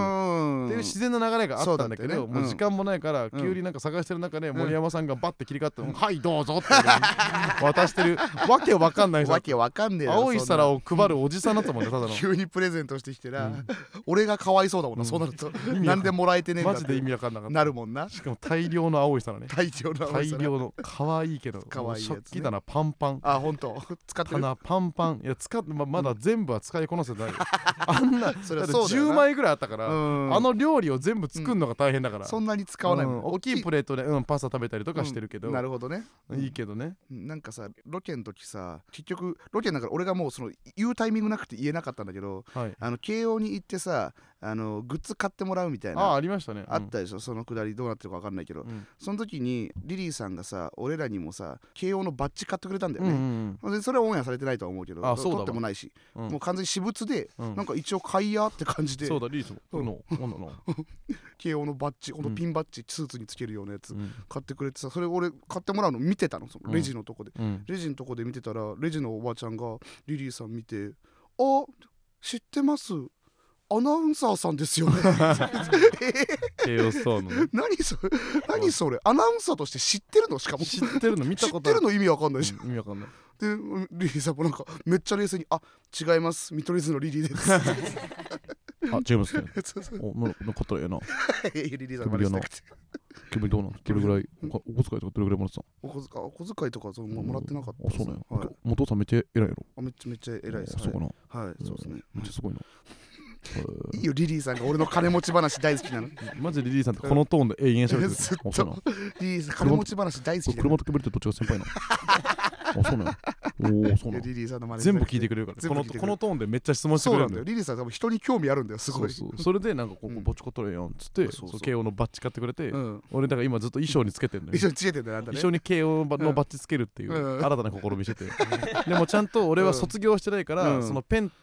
[SPEAKER 1] っていう自然な流れがあったんだけど、ね、もう時間もないから急になんか探してる中で森山さんがバッて切り替わって、うん、はいどうぞって渡してるわけわかんないさ、
[SPEAKER 2] わけわかんねえ
[SPEAKER 1] 青い皿を配るおじさんだったもんねただの。
[SPEAKER 2] 急にプレゼントしてきてな、うん、俺がかわいそうだもんな、うん、そうなるとなんでもらえてねえんだって
[SPEAKER 1] マジで意味わかんなかった
[SPEAKER 2] なるもんな。
[SPEAKER 1] しかも大量の青い皿ね
[SPEAKER 2] 大量の青い皿
[SPEAKER 1] の可愛いけど
[SPEAKER 2] 可愛いやつ、ね、
[SPEAKER 1] 食器棚パンパン。
[SPEAKER 2] あ本当使ってる
[SPEAKER 1] 棚パンパンいや使って ま, まだ全部は使いこなせてない、うん、あんな
[SPEAKER 2] それは
[SPEAKER 1] だってじゅうまいぐらいあったから、うん、あの料理を全部作るのが大変だから、うん、
[SPEAKER 2] そんなに使わないもん、
[SPEAKER 1] うん、大きいプレートで、うん、パスタ食べたりとかしてるけど、
[SPEAKER 2] なるほどね、
[SPEAKER 1] いいけどね。
[SPEAKER 2] なんかさロケの時さ結局ロケなんか俺がもうその言うタイミングなくて言えなかったんだけど、はい、あの慶応に行ってさあのグッズ買ってもらうみたいな
[SPEAKER 1] あ, ありましたね、
[SPEAKER 2] あったでしょ、そのくだりどうなってるか分かんないけど、うん、その時にリリーさんがさ俺らにもさ慶応のバッジ買ってくれたんだよね、うんうん、でそれはオンエアされてないとは思うけど、取ってもないし、うん、もう完全に私物で、うん、なんか一応買いやって感じで、
[SPEAKER 1] そうだリリーさん、うん、
[SPEAKER 2] 慶応のバッジ、このピンバッジスーツにつけるようなやつ、うん、買ってくれてさ、それ俺買ってもらうの見てたの、そのレジのとこで、うん、レジのとこで見てたらレジのおばちゃんがリリーさん見て、あ知ってますアナウンサーさんですよね
[SPEAKER 1] 慶応ストアのね
[SPEAKER 2] 何それ何それアナウンサーとして知ってるの、しかも
[SPEAKER 1] 知ってるの見たことある、
[SPEAKER 2] 知ってるの意味わかんないし、
[SPEAKER 1] うん、意味わかんない
[SPEAKER 2] でリリーさんもなんかめっちゃ冷静に、あ違います見取り図のリリーです
[SPEAKER 1] あ違いますねおののことやな
[SPEAKER 2] リリーさんまでしたくて
[SPEAKER 1] 君どうなの、どれぐらいお小遣いとかどれぐらいもらってた
[SPEAKER 2] の。お小遣い、お小遣いとかそのもらってなかった。
[SPEAKER 1] あそうね、はい、お父さんめっちゃ偉いやろ。
[SPEAKER 2] あめっちゃめっちゃ偉いです。
[SPEAKER 1] そうかな、
[SPEAKER 2] はい、そうですね、
[SPEAKER 1] めっちゃすごいな。
[SPEAKER 2] いいよリリーさんが俺の金持ち話大好きなの。
[SPEAKER 1] マジでリリーさんってこのトーンで永遠しゃべってる。
[SPEAKER 2] ずっとリリーさん金持ち話大好き。
[SPEAKER 1] 車とケベルってどっちが先輩なの。あそうね。おおそうね。
[SPEAKER 2] リリーさんの真似
[SPEAKER 1] 全部聞いてくれるから。このこのトーンでめっちゃ質問してくれるんだよ。
[SPEAKER 2] リリーさん多分人に興味あるんだよすごい。
[SPEAKER 1] そうそう。それでなんかここぼちこ取れやんっつって慶応のバッジ買ってくれて、俺だから今ずっと衣装につけてんのよ。
[SPEAKER 2] 衣装につけてんだよあんたね。
[SPEAKER 1] 衣装に慶応のバッジつけるっていう新たな試みしてて。でもちゃんと俺は卒業してないからそのペン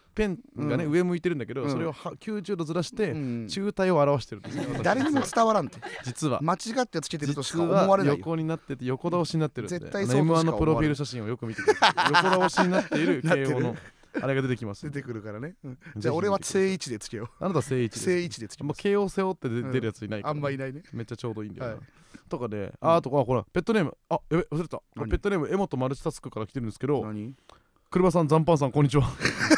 [SPEAKER 1] ペンがね、うん、上向いてるんだけど、うん、それをきゅうじゅうどずらして中体を表してるんですよ、
[SPEAKER 2] うん、誰にも伝わらんって
[SPEAKER 1] 実は
[SPEAKER 2] 間違ってつけてるとしか思われないよ。
[SPEAKER 1] 横になってて横倒しになってるんで、
[SPEAKER 2] 絶対そうとしか思われない。
[SPEAKER 1] エムワン のプロフィール写真をよく見てください横倒しになっている慶応のあれが出てきます。
[SPEAKER 2] 出てくるからね、うん、じゃあ俺は正位置でつけよう。
[SPEAKER 1] あなた正位置で
[SPEAKER 2] 正位置でつけよう。
[SPEAKER 1] もう慶応背負って出てるやついないから、
[SPEAKER 2] ねうん、あんまいないね。
[SPEAKER 1] めっちゃちょうどいいんだよな、はい、とかで、
[SPEAKER 2] うん、
[SPEAKER 1] ああとかほらペットネーム、あやべ忘れた、ペットネーム江本マルチタスクから来てるんですけど、
[SPEAKER 2] 何
[SPEAKER 1] 車さん残飯さんこんにちは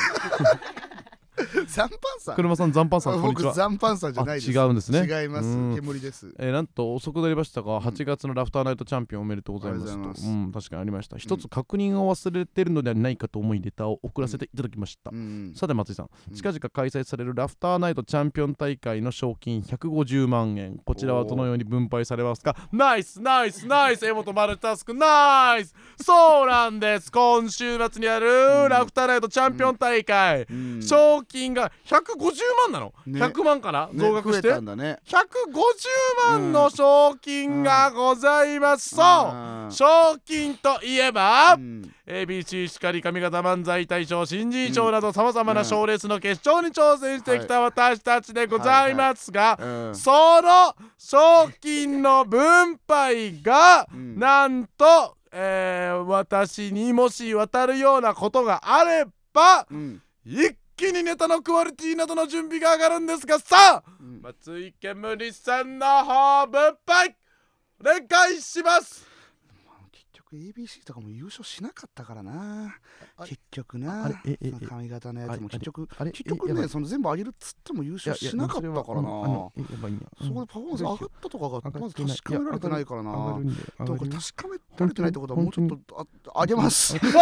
[SPEAKER 2] 残飯さん
[SPEAKER 1] 車さん残飯さんこんにちは。
[SPEAKER 2] 僕残飯さんじゃないです。
[SPEAKER 1] 違うんですね。
[SPEAKER 2] 違います。煙です。
[SPEAKER 1] えー、なんと遅くなりましたが、はちがつのラフターナイトチャンピオンおめでとうございますと。うん、確かにありました。一つ確認を忘れてるのではないかと思いレターを送らせていただきました。うん、さて松井さん、近々開催されるラフターナイトチャンピオン大会の賞金ひゃくごじゅうまんえん、こちらはどのように分配されますか？ナイスナイスナイス江本マルチタスクナイス。そうなんです。今週末にあるラフターナイトチャンピオン大会、うん、賞金がひゃくごじゅうまんなの、ね、ひゃくまんかな、増額して、
[SPEAKER 2] ね、
[SPEAKER 1] ひゃくごじゅうまんの賞金がございます、うん、そう賞金といえば、うん、エービーシー しかり上方漫才大賞新人賞などさまざまな賞レースの決勝に挑戦してきた私たちでございますが、その賞金の分配が、うん、なんと、えー、私にもし渡るようなことがあれば、うん、一気にネタのクオリティなどの準備が上がるんですが、さあ、うん、松井けむりさんの方分配お願いします。
[SPEAKER 2] 結局 エービーシー とかも優勝しなかったからな、結局な。髪型のやつも結局結局ね、その全部上げるっつっても優勝しなかったからな。そこでパフォーマンス上がったとかがまず確かめられてないからな。だから確かめられてないってことはもうちょっと上げます。イエーイ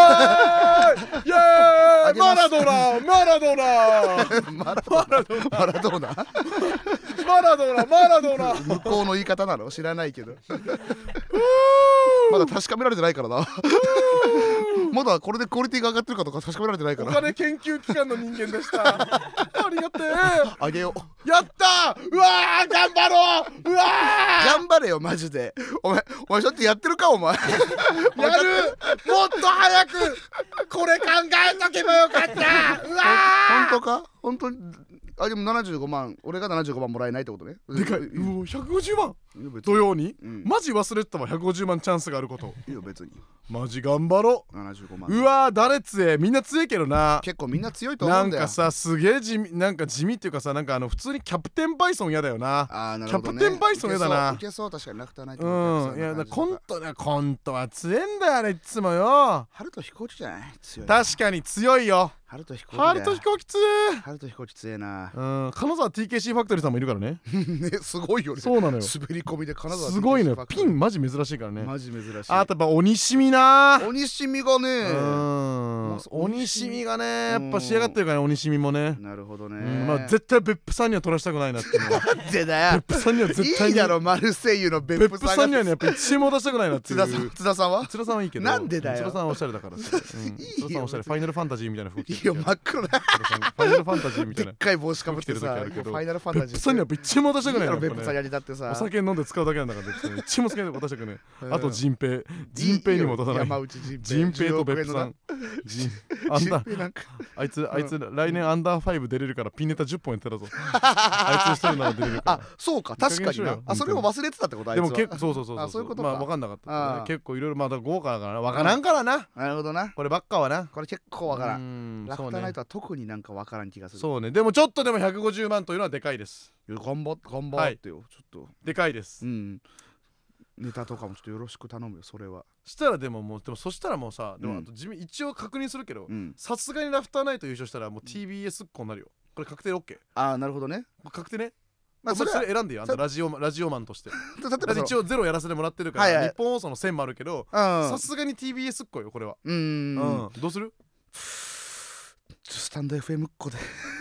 [SPEAKER 1] マラドナマラドナ
[SPEAKER 2] マラドナマラドナ
[SPEAKER 1] マラドナマラドナ
[SPEAKER 2] 向こうの言い方なの知らないけどまだ確かめられてないからなまだこれでクオリティが上がってるかとか確かめられてないから。
[SPEAKER 1] お金研究機関の人間でしたありがてえ。
[SPEAKER 2] あげよ
[SPEAKER 1] う。やったー。うわー頑張ろう。うわ
[SPEAKER 2] ー頑張れよマジで。お前お前ちょっとやってるかお前やる。
[SPEAKER 1] もっと早くこれ考えとけばよかった。うわ
[SPEAKER 2] ー本当か本当に。あでもななじゅうごまん、俺がななじゅうごまんもらえないってことね。
[SPEAKER 1] でかい。うおひゃくごじゅうまん土曜に、うん、マジ忘れてたわ。ひゃくごじゅうまんチャンスがあること。
[SPEAKER 2] いいよ別に。
[SPEAKER 1] マジ頑張ろう。
[SPEAKER 2] ななじゅうごまん。
[SPEAKER 1] うわー誰強え。みんな強いけどな。
[SPEAKER 2] 結構みんな強いと思うんだよ。
[SPEAKER 1] なんかさすげえ地味、なんか地味っていうかさ、なんかあの普通にキャプテンバイソン嫌だよな。
[SPEAKER 2] あーなるほどね。
[SPEAKER 1] キャプテンバイソン嫌だな。
[SPEAKER 2] いけそう確かにラフターナイト。
[SPEAKER 1] うんいやだコントね、コントは強えんだよあれいつもよ。
[SPEAKER 2] 春と飛行機じゃない強い。
[SPEAKER 1] 確かに強いよ。
[SPEAKER 2] 春と飛行機。
[SPEAKER 1] 春と飛行機強え。
[SPEAKER 2] 春と飛行機強えな。
[SPEAKER 1] うん金沢 ティーケーシー ファクトリーさんもいるからね。
[SPEAKER 2] ねすごいよね。
[SPEAKER 1] そうなのよ。
[SPEAKER 2] 滑り込みで金沢
[SPEAKER 1] すごいのよ。ピンマジ珍しいからね。
[SPEAKER 2] マジ珍しい。
[SPEAKER 1] あとやっぱ鬼しみな。
[SPEAKER 2] 鬼しみがね。
[SPEAKER 1] うん鬼しみがねやっぱ仕上がってるからね鬼しみもね。
[SPEAKER 2] なるほどね。
[SPEAKER 1] まあ絶対別府さんには取らしたくないなっていうのは。
[SPEAKER 2] なんでだよ。
[SPEAKER 1] 別府さんには絶対に。
[SPEAKER 2] いいだろマルセイユの別府さん。
[SPEAKER 1] 別府さんにはねやっぱ一円も出したくないなっていう。
[SPEAKER 2] 津田さんは？
[SPEAKER 1] 津田さんはいいけど。
[SPEAKER 2] なんでだよ。
[SPEAKER 1] 津田さんはおしゃれだから。津田さんおしゃれ。ファイナルファンタジーみたいな服着てる。
[SPEAKER 2] いいよ真っ黒だ。
[SPEAKER 1] ファイナルファンタジーみたいな。
[SPEAKER 2] でっかい帽子かぶってさ。ファイナルファンタジー。
[SPEAKER 1] 別府さんには一円も出したくないな。
[SPEAKER 2] 別府さんやりだってさ。
[SPEAKER 1] お酒飲んで使うだけなんだから一円も使い渡したくね。あと陣平。陣平にも出さない。
[SPEAKER 2] 山内陣平。
[SPEAKER 1] 陣平と別府さん。アンダーあいつあいつ来年アンダーファイブ出れるからピンネタじゅっぽんやってたぞ。あいつ一人なら出れるから。
[SPEAKER 2] あそうか確かにな。あそれを忘れてたってことあいつは。
[SPEAKER 1] でも結構そうそうそうそう。
[SPEAKER 2] あそういうことか。
[SPEAKER 1] まあ分かんなかった。結構いろいろまだ豪華だからな分からんからな。
[SPEAKER 2] なるほどな。
[SPEAKER 1] こればっかはな。
[SPEAKER 2] これ結構分からん。ラフターナイトは特になんか分からん気がする。
[SPEAKER 1] そうね。でもちょっとでもひゃくごじゅうまんというのはでかいです。
[SPEAKER 2] 頑張って頑張ってよちょっと。
[SPEAKER 1] でかいです。
[SPEAKER 2] うん。ネタとかもちょっとよろしく頼むよそれは。
[SPEAKER 1] したらでももうでもそしたらもうさでもあと地味一応確認するけどさすがにラフターナイト優勝したらもう ティービーエス っ子になるよ。これ確定 OK。
[SPEAKER 2] ああなるほどね。
[SPEAKER 1] 確定ね。まあそれ選んでよあんたラジオラジオマンとして。
[SPEAKER 2] 例えば
[SPEAKER 1] 一応ゼロやらせてもらってるから日本放送の線もあるけどさすがに ティービーエス っ子よこれは。うんどうする？
[SPEAKER 2] スタンド エフエム っ子で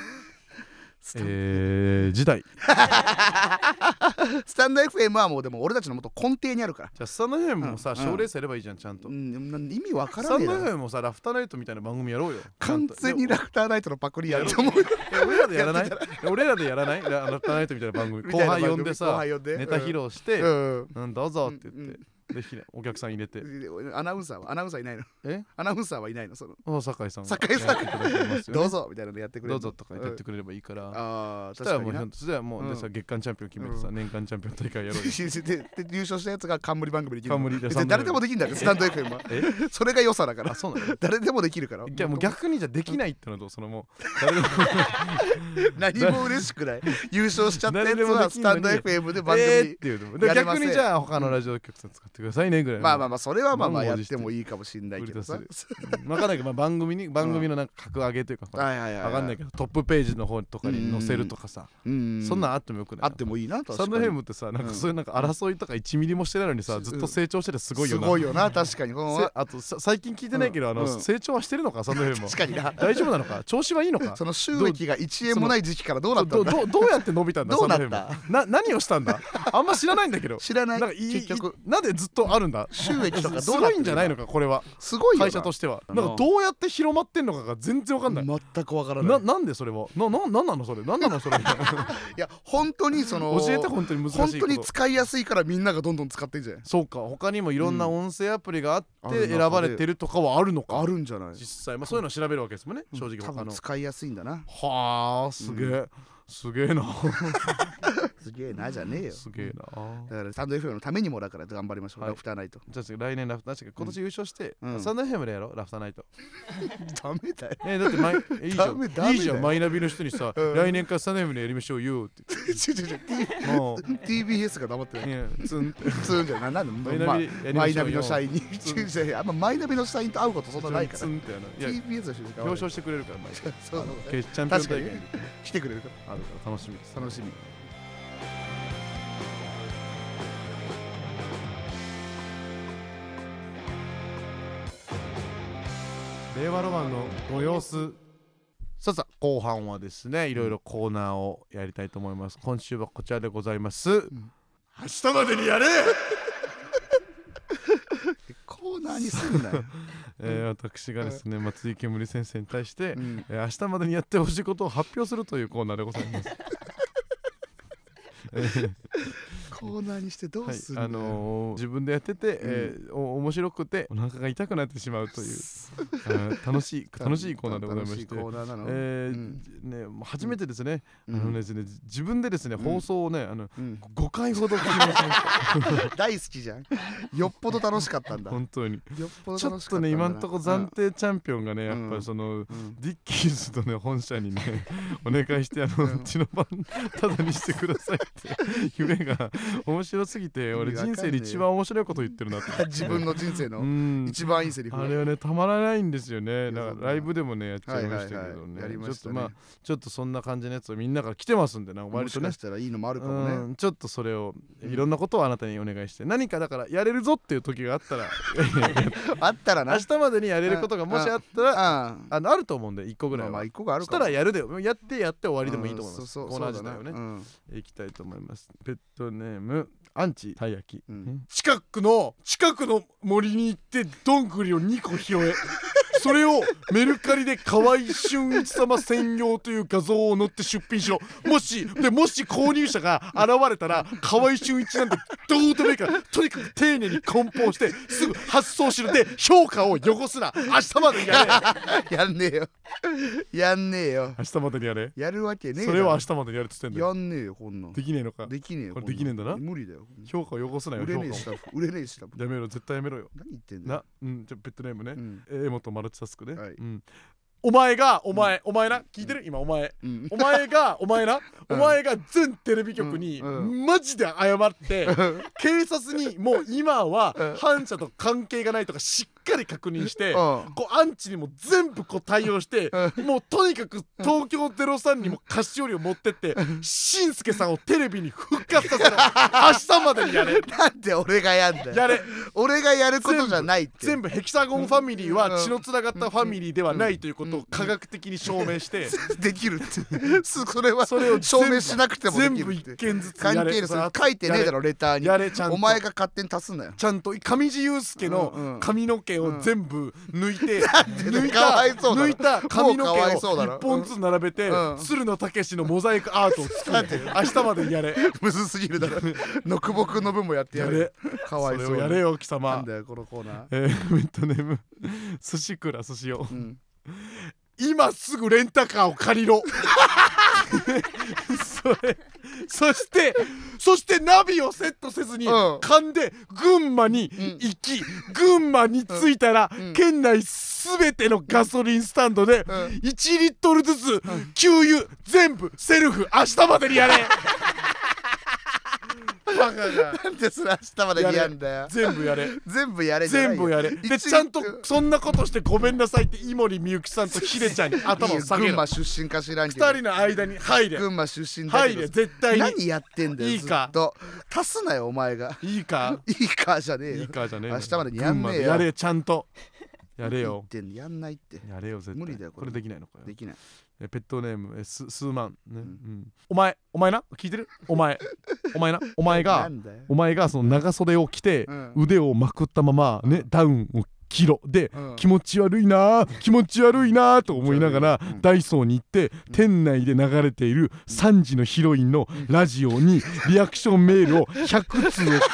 [SPEAKER 1] えー、時代
[SPEAKER 2] スタンド エフエム はもうでも俺たちのもっと根底にあるから。
[SPEAKER 1] じゃあスタンド エフエム もさ賞レースやればいいじゃんちゃんと。
[SPEAKER 2] 意味わから
[SPEAKER 1] ない。スタンド エフエム もさラフターナイトみたいな番組やろうよ。
[SPEAKER 2] 完全にラフターナイトのパクリやると思う。
[SPEAKER 1] 俺らでやらない俺らでやらないラフターナイトみたいな番組後輩呼んでさネタ披露してどうぞって言ってぜひねお客さん入れて。
[SPEAKER 2] アナウンサーはアナウンサーいないの？
[SPEAKER 1] え
[SPEAKER 2] アナウンサーはいないの？その
[SPEAKER 1] お酒井さんが
[SPEAKER 2] 酒井さん
[SPEAKER 1] やっていただけますよね
[SPEAKER 2] どうぞみたいなのやってくれる
[SPEAKER 1] どうぞとかやってくれればいいから、
[SPEAKER 2] ああ
[SPEAKER 1] そしたらもう
[SPEAKER 2] 確かにな
[SPEAKER 1] そしたらもうでさ月間チャンピオン決めてさ年間チャンピオン大会やろうよ。
[SPEAKER 2] でで優勝したやつが冠番組できるの。
[SPEAKER 1] 冠で
[SPEAKER 2] 別に誰でもできるんだよスタンド エフエム は。
[SPEAKER 1] え
[SPEAKER 2] それが良さだから
[SPEAKER 1] あそうなの
[SPEAKER 2] 誰でもできるから。
[SPEAKER 1] じゃあもう逆にじゃできないってのとそのもう誰でも
[SPEAKER 2] 何も嬉しくない優勝しちゃったやつ
[SPEAKER 1] 誰でもで
[SPEAKER 2] はスタンド
[SPEAKER 1] きんのに
[SPEAKER 2] エフエム で番組、
[SPEAKER 1] えーっていうので
[SPEAKER 2] やれません
[SPEAKER 1] 逆にじゃあ他のラジオ局さん使ってくださいねぐらいの
[SPEAKER 2] まあまあまあそれはまあまあやっ
[SPEAKER 1] 満を持して
[SPEAKER 2] てもいいかもしんないけどさ。
[SPEAKER 1] 売り出分かんないけど、まあ、番組に番組のなんか格上げというか、
[SPEAKER 2] はいはいはいはい
[SPEAKER 1] わかんないけどトップページの方とかに載せるとかさ、
[SPEAKER 2] うん
[SPEAKER 1] そんなんあってもよくない？
[SPEAKER 2] あってもいいな確かに。
[SPEAKER 1] サンドヘムってさなんかそういうなんか争いとかいちミリもしてないのにさずっと成長しててすごいよな。
[SPEAKER 2] すごいよな確かに。この
[SPEAKER 1] せあとさ最近聞いてないけどあの
[SPEAKER 2] うん
[SPEAKER 1] 成長はしてるのかサンドヘムも
[SPEAKER 2] 確かにな
[SPEAKER 1] 大丈夫なのか調子はいいのか
[SPEAKER 2] その収益がいちえんもない時期からどうなったんだ。
[SPEAKER 1] どどどうやって伸びたんだ
[SPEAKER 2] どうな
[SPEAKER 1] サンド
[SPEAKER 2] った
[SPEAKER 1] ヘムな何をしたんだあんま知らないんだけど
[SPEAKER 2] 知らない
[SPEAKER 1] なんかいい
[SPEAKER 2] 結局
[SPEAKER 1] いなんでずっとあるんだ
[SPEAKER 2] 収益とか
[SPEAKER 1] す
[SPEAKER 2] どうなってる
[SPEAKER 1] ごいんじゃないのかこれは
[SPEAKER 2] すごいよな
[SPEAKER 1] 会社としてはなんかどうやって広まってんのかが全然わかんない
[SPEAKER 2] 全くわからない。
[SPEAKER 1] ななんでそれはなななんなのそれなんなのそれ
[SPEAKER 2] いや本当にその
[SPEAKER 1] 教えて本当に難しいこと
[SPEAKER 2] 本当に使いやすいからみんながどんどん使ってんじゃない。
[SPEAKER 1] そうか他にもいろんな音声アプリがあって
[SPEAKER 2] うんある中で
[SPEAKER 1] 選ばれてるとかはあるのか
[SPEAKER 2] あるんじゃない。
[SPEAKER 1] 実際まあそういうのを調べるわけですもんね正直
[SPEAKER 2] 多
[SPEAKER 1] 他の
[SPEAKER 2] 分使いやすいんだな。
[SPEAKER 1] はあすげえすげえな
[SPEAKER 2] すげえなじゃねえよ。
[SPEAKER 1] すげえな
[SPEAKER 2] だからスタンド エフエム のためにもだから頑張りましょう、
[SPEAKER 1] はい
[SPEAKER 2] ラフターナイト。
[SPEAKER 1] じゃあ来年ラフターナイト今年優勝して
[SPEAKER 2] うん
[SPEAKER 1] サンドヘムでやろうラフターナイト
[SPEAKER 2] ダメだよ。
[SPEAKER 1] えだってマイいいじゃ
[SPEAKER 2] ダメ
[SPEAKER 1] ん
[SPEAKER 2] ダメだよ
[SPEAKER 1] いいじゃんマイナビの人にさ
[SPEAKER 2] うん
[SPEAKER 1] 来年からサンドヘムでやりましょうよって
[SPEAKER 2] ちょちょちょ
[SPEAKER 1] 言ってもう
[SPEAKER 2] ティービーエス が黙ってない。
[SPEAKER 1] いやツンって
[SPEAKER 2] 普通じゃない。なん
[SPEAKER 1] マイナビでやりましょうよ
[SPEAKER 2] マイナビの社員に
[SPEAKER 1] 普通
[SPEAKER 2] ちょちょあんまマイナビの社員と会うことそんなないから
[SPEAKER 1] ツ。ンってあのいや
[SPEAKER 2] ティービーエス の人に
[SPEAKER 1] 表彰してくれるから毎回
[SPEAKER 2] そうそう
[SPEAKER 1] 決チャンピオン大会に
[SPEAKER 2] 確かに来てくれるか
[SPEAKER 1] あるから楽しみです
[SPEAKER 2] ら楽しみ。
[SPEAKER 1] 令和ロマンのご様子。さあさあ後半はですねいろいろコーナーをやりたいと思います。今週はこちらでございます、
[SPEAKER 2] ん
[SPEAKER 1] 明日までにやれ
[SPEAKER 2] コーナーにすんなよ。
[SPEAKER 1] えー、私がですね松井煙先生に対して、
[SPEAKER 2] うん
[SPEAKER 1] えー明日までにやってほしいことを発表するというコーナーでございますえー
[SPEAKER 2] コーナーにしてどう
[SPEAKER 1] はい
[SPEAKER 2] すんのよ。
[SPEAKER 1] あのー自分でやってて、えーお面白くてお腹が痛くなってしまうというあー楽しい楽しいコーナーでございま
[SPEAKER 2] 楽しい
[SPEAKER 1] して
[SPEAKER 2] コーナーなの。
[SPEAKER 1] えー
[SPEAKER 2] うん
[SPEAKER 1] ね、もう初めてですね、
[SPEAKER 2] うん
[SPEAKER 1] あのですね自分でですね、
[SPEAKER 2] うん
[SPEAKER 1] 放送をねあの
[SPEAKER 2] うん
[SPEAKER 1] ごかいほど聞きました
[SPEAKER 2] 大好きじゃん。よっぽど楽しかったんだ。よ
[SPEAKER 1] 本当に
[SPEAKER 2] っぽど
[SPEAKER 1] ちょっと
[SPEAKER 2] 楽しかったんだな。
[SPEAKER 1] ね今んとこ暫定チャンピオンがね、
[SPEAKER 2] うん
[SPEAKER 1] やっぱりその、
[SPEAKER 2] うん
[SPEAKER 1] ディッキーズとね本社にねお願いしてあの、
[SPEAKER 2] うん
[SPEAKER 1] うちの番ただにしてくださいって夢が面白すぎて俺人生で一番面白いこと言ってるなって
[SPEAKER 2] 自分の人生
[SPEAKER 1] う
[SPEAKER 2] の
[SPEAKER 1] ん
[SPEAKER 2] 一番いいセリフ。
[SPEAKER 1] あれはねたまらないんですよね。
[SPEAKER 2] いや
[SPEAKER 1] だからライブでもねやっちゃいましたけど
[SPEAKER 2] はいはいはい
[SPEAKER 1] ね
[SPEAKER 2] やりましたね
[SPEAKER 1] ちょっとまあちょっとそんな感じのやつをみんなから来てますんでなんか
[SPEAKER 2] もし
[SPEAKER 1] 割とね
[SPEAKER 2] かしたらいいのもあるかも
[SPEAKER 1] う
[SPEAKER 2] ね。
[SPEAKER 1] んちょっとそれをいろんなことをあなたにお願いして何かだからやれるぞっていう時があったら
[SPEAKER 2] あったらな。
[SPEAKER 1] 明日までにやれることがもしあったら
[SPEAKER 2] あ
[SPEAKER 1] あのあると思うんでいっこぐらいは
[SPEAKER 2] まあまあ一個がある
[SPEAKER 1] そし
[SPEAKER 2] かも。
[SPEAKER 1] たらやるでやってやって終わりでもいいと思います
[SPEAKER 2] うんそうそう
[SPEAKER 1] コーナー自体をね
[SPEAKER 2] そうだなうん
[SPEAKER 1] いきたいと思いますペットネームアンチたい焼き、
[SPEAKER 2] うん
[SPEAKER 1] 近くの近くの森に行ってどんぐりをにこ拾えそれをメルカリで河合俊一様専用という画像を載って出品しろ。もしでもし購入者が現れたら河合俊一なんてどうでもいいからとにかく丁寧に梱包してすぐ発送しろ。で評価を汚すな。明日までにやれ
[SPEAKER 2] やんねえよ。やんねえよ。
[SPEAKER 1] 明日までにやれ。
[SPEAKER 2] やるわけねえだろ。
[SPEAKER 1] それは明日までにやるっつってんだよ。
[SPEAKER 2] やんねえよこんなん。
[SPEAKER 1] できねえのか。
[SPEAKER 2] できねえよ。
[SPEAKER 1] これできねえんだな。
[SPEAKER 2] 無理だよ。
[SPEAKER 1] 評価を汚すなよ。
[SPEAKER 2] 売れ
[SPEAKER 1] 評価を
[SPEAKER 2] ねえし多分売れねえし多分。
[SPEAKER 1] やめろ絶対やめろよ。
[SPEAKER 2] 何言ってんだよ。
[SPEAKER 1] なうんじゃあペットネームね、
[SPEAKER 2] うん
[SPEAKER 1] 江本マルチタスクね、
[SPEAKER 2] はい
[SPEAKER 1] うん、お前がお前、お前な聞いてる今お前
[SPEAKER 2] うん
[SPEAKER 1] お前がお前なお前が全テレビ局に
[SPEAKER 2] うん
[SPEAKER 1] マジで謝って警察にもう今は
[SPEAKER 2] うん
[SPEAKER 1] 反社と関係がないとかしっかり確認して
[SPEAKER 2] うん
[SPEAKER 1] こうアンチにも全部こう対応してもうとにかく東京ゼロさんにも菓子折りを持ってってしんすけさんをテレビに復活させろ。明日までにやれ
[SPEAKER 2] なんで俺がやんだよ。
[SPEAKER 1] やれ
[SPEAKER 2] 俺がやることじゃないって。
[SPEAKER 1] 全部ヘキサゴンファミリーは血のつながったファミリーではないということを科学的に証明して
[SPEAKER 2] できるってそそれは
[SPEAKER 1] それを
[SPEAKER 2] 証明しなくてもで
[SPEAKER 1] 全部
[SPEAKER 2] きるって
[SPEAKER 1] 一件ずつやれ。
[SPEAKER 2] 関係ないそれ書いてねえだろレターに
[SPEAKER 1] やれちゃんと
[SPEAKER 2] お前が勝手に足すなよ。
[SPEAKER 1] ちゃんと上地雄介
[SPEAKER 2] うんう
[SPEAKER 1] の
[SPEAKER 2] ん
[SPEAKER 1] 髪の毛毛を全部抜いて、
[SPEAKER 2] うん、
[SPEAKER 1] 抜いた
[SPEAKER 2] かわいそうだろ
[SPEAKER 1] 抜いた髪の毛を一
[SPEAKER 2] もうかわいそうだろ
[SPEAKER 1] 本ずつ並べて、
[SPEAKER 2] うん、
[SPEAKER 1] 鶴野武のモザイクアートを作る。明日までにやれ。
[SPEAKER 2] むずすぎるだろのくぼくの分もやってやれ。
[SPEAKER 1] やれ。
[SPEAKER 2] かわいそう。
[SPEAKER 1] それをやれよ貴様。
[SPEAKER 2] なんだよこのコーナー。
[SPEAKER 1] えー、メットネーム寿司倉寿司よ、
[SPEAKER 2] うん、
[SPEAKER 1] 今すぐレンタカーを借りろそれそしてそしてナビをセットせずに、うん、勘で群馬に行き、うん、群馬に着いたら、うん、県内すべてのガソリンスタンドでいちリットルずつ、うん、給油全部セルフ明日までにやれバカが
[SPEAKER 2] なんでそれ明日までにやんだよ。
[SPEAKER 1] 全部やれ
[SPEAKER 2] 全部やれじゃないよ。
[SPEAKER 1] 全部やれでちゃんとそんなことしてごめんなさいって井森美幸さんとヒデちゃんに頭を下げる。
[SPEAKER 2] 群馬出身か知らんけど
[SPEAKER 1] ふたりの間に入れ。
[SPEAKER 2] 群馬出身だけど
[SPEAKER 1] 入れ絶対に。
[SPEAKER 2] 何やってんだよ。いいかずっと足すなよお前が。
[SPEAKER 1] いいか
[SPEAKER 2] いいかじゃねえよ。
[SPEAKER 1] いいかじゃねえよ。
[SPEAKER 2] 明日までにやんねえよ。
[SPEAKER 1] やれちゃんとやれよ。
[SPEAKER 2] やんないって
[SPEAKER 1] やれよ絶対。
[SPEAKER 2] 無理だよこれ。
[SPEAKER 1] これできないのかよ。
[SPEAKER 2] できない。
[SPEAKER 1] ペットネームス数万ね、うんうん、お前お前な聞いてるお前お前なお前がお前がその長袖を着て、うん、腕をまくったままねダウンを着ろで、うん、気持ち悪いな気持ち悪いなと思いながら、うん、ダイソーに行って、うん、店内で流れているさんじのヒロインのラジオにリアクションメールをひゃくつう送って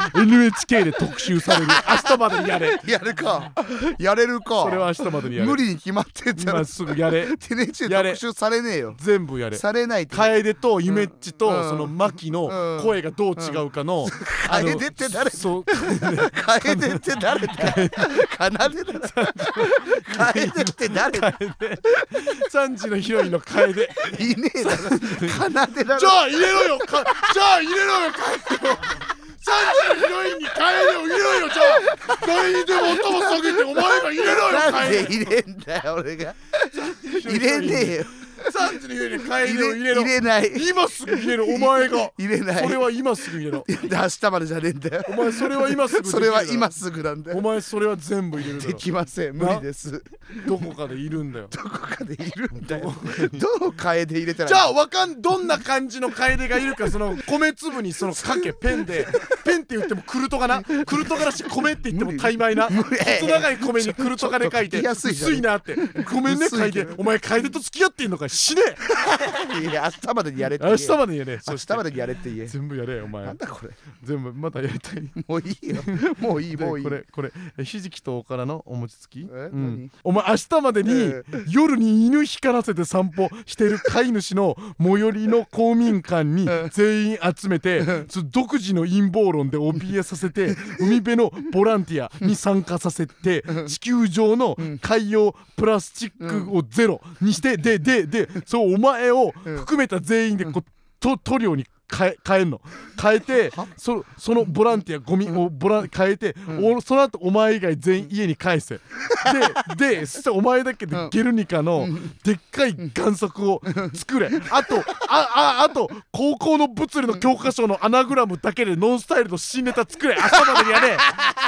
[SPEAKER 1] エヌエイチケー で特集される。明日までにやれ。
[SPEAKER 2] やるかやれるか。
[SPEAKER 1] それは明日までにやれ。
[SPEAKER 2] 無理に決まってんじゃん。
[SPEAKER 1] 今すぐやれ。
[SPEAKER 2] エヌエイチケー で特集されねえよ。
[SPEAKER 1] 全部やれ。
[SPEAKER 2] されないって。
[SPEAKER 1] 楓とゆめっちと、うん、そのマキの声がどう違うかの、うん、
[SPEAKER 2] 楓って誰だ。そう楓って誰だ。かなでだ。楓って誰だ。
[SPEAKER 1] さんじのヒロインの楓
[SPEAKER 2] いねえだろ。かなでだろ。
[SPEAKER 1] じゃあ入れろよかじゃあ入れろよ楓をさんじのヒロインに楓を入れろよ。じゃあ誰にでも頭下げてお前が入れろよ。
[SPEAKER 2] なんで入れんだよ俺が。入れねえよ。
[SPEAKER 1] さんじのヒロインに楓を入れろ。
[SPEAKER 2] 入れない。
[SPEAKER 1] 今すぐ入れろお前が。
[SPEAKER 2] 入れない。
[SPEAKER 1] それは今すぐ入れろ。
[SPEAKER 2] 明日までじゃねえんだよ。
[SPEAKER 1] お前それは今すぐ。
[SPEAKER 2] それは今すぐなんだよ。
[SPEAKER 1] お前それは全部入れるだろ。
[SPEAKER 2] できません無理です。
[SPEAKER 1] どこかでいるんだよ。
[SPEAKER 2] どこかでいるんだよ。どの楓入れたら。
[SPEAKER 1] じゃあわかんどんな感じの楓がいるかその米粒にそのかけペンでペンって言ってもクルトガなクルトガだし米って言ってもタイ米な細長い米にクルトガで書いて薄いなってごめんね楓お前楓と付き合ってんのか死ね。
[SPEAKER 2] いや明日までにやれって言え。
[SPEAKER 1] 明日までにやれ。
[SPEAKER 2] 明日までにやれって言え。
[SPEAKER 1] 全部やれお前。
[SPEAKER 2] なんだこれ。
[SPEAKER 1] 全部またやりたい。
[SPEAKER 2] もういいよ。もういいもういい。
[SPEAKER 1] これこれひじきとおからのお餅つき。
[SPEAKER 2] え、うん、
[SPEAKER 1] お前明日までに、えー、夜に犬光らせて散歩してる飼い主の最寄りの公民館に全員集めて、独自の陰謀論で怯えさせて海辺のボランティアに参加させて地球上の海洋プラスチックをゼロにしてでででそうお前を含めた全員でこうと塗料に変え変えんの変えて そ, そのボランティアゴミをボラ変えて、うん、その後お前以外全員家に返せ。ででそしてお前だけでゲルニカのでっかい贋作を作れ。あとあああと高校の物理の教科書のアナグラムだけでノンスタイルの新ネタ作れ。明日までにやれ。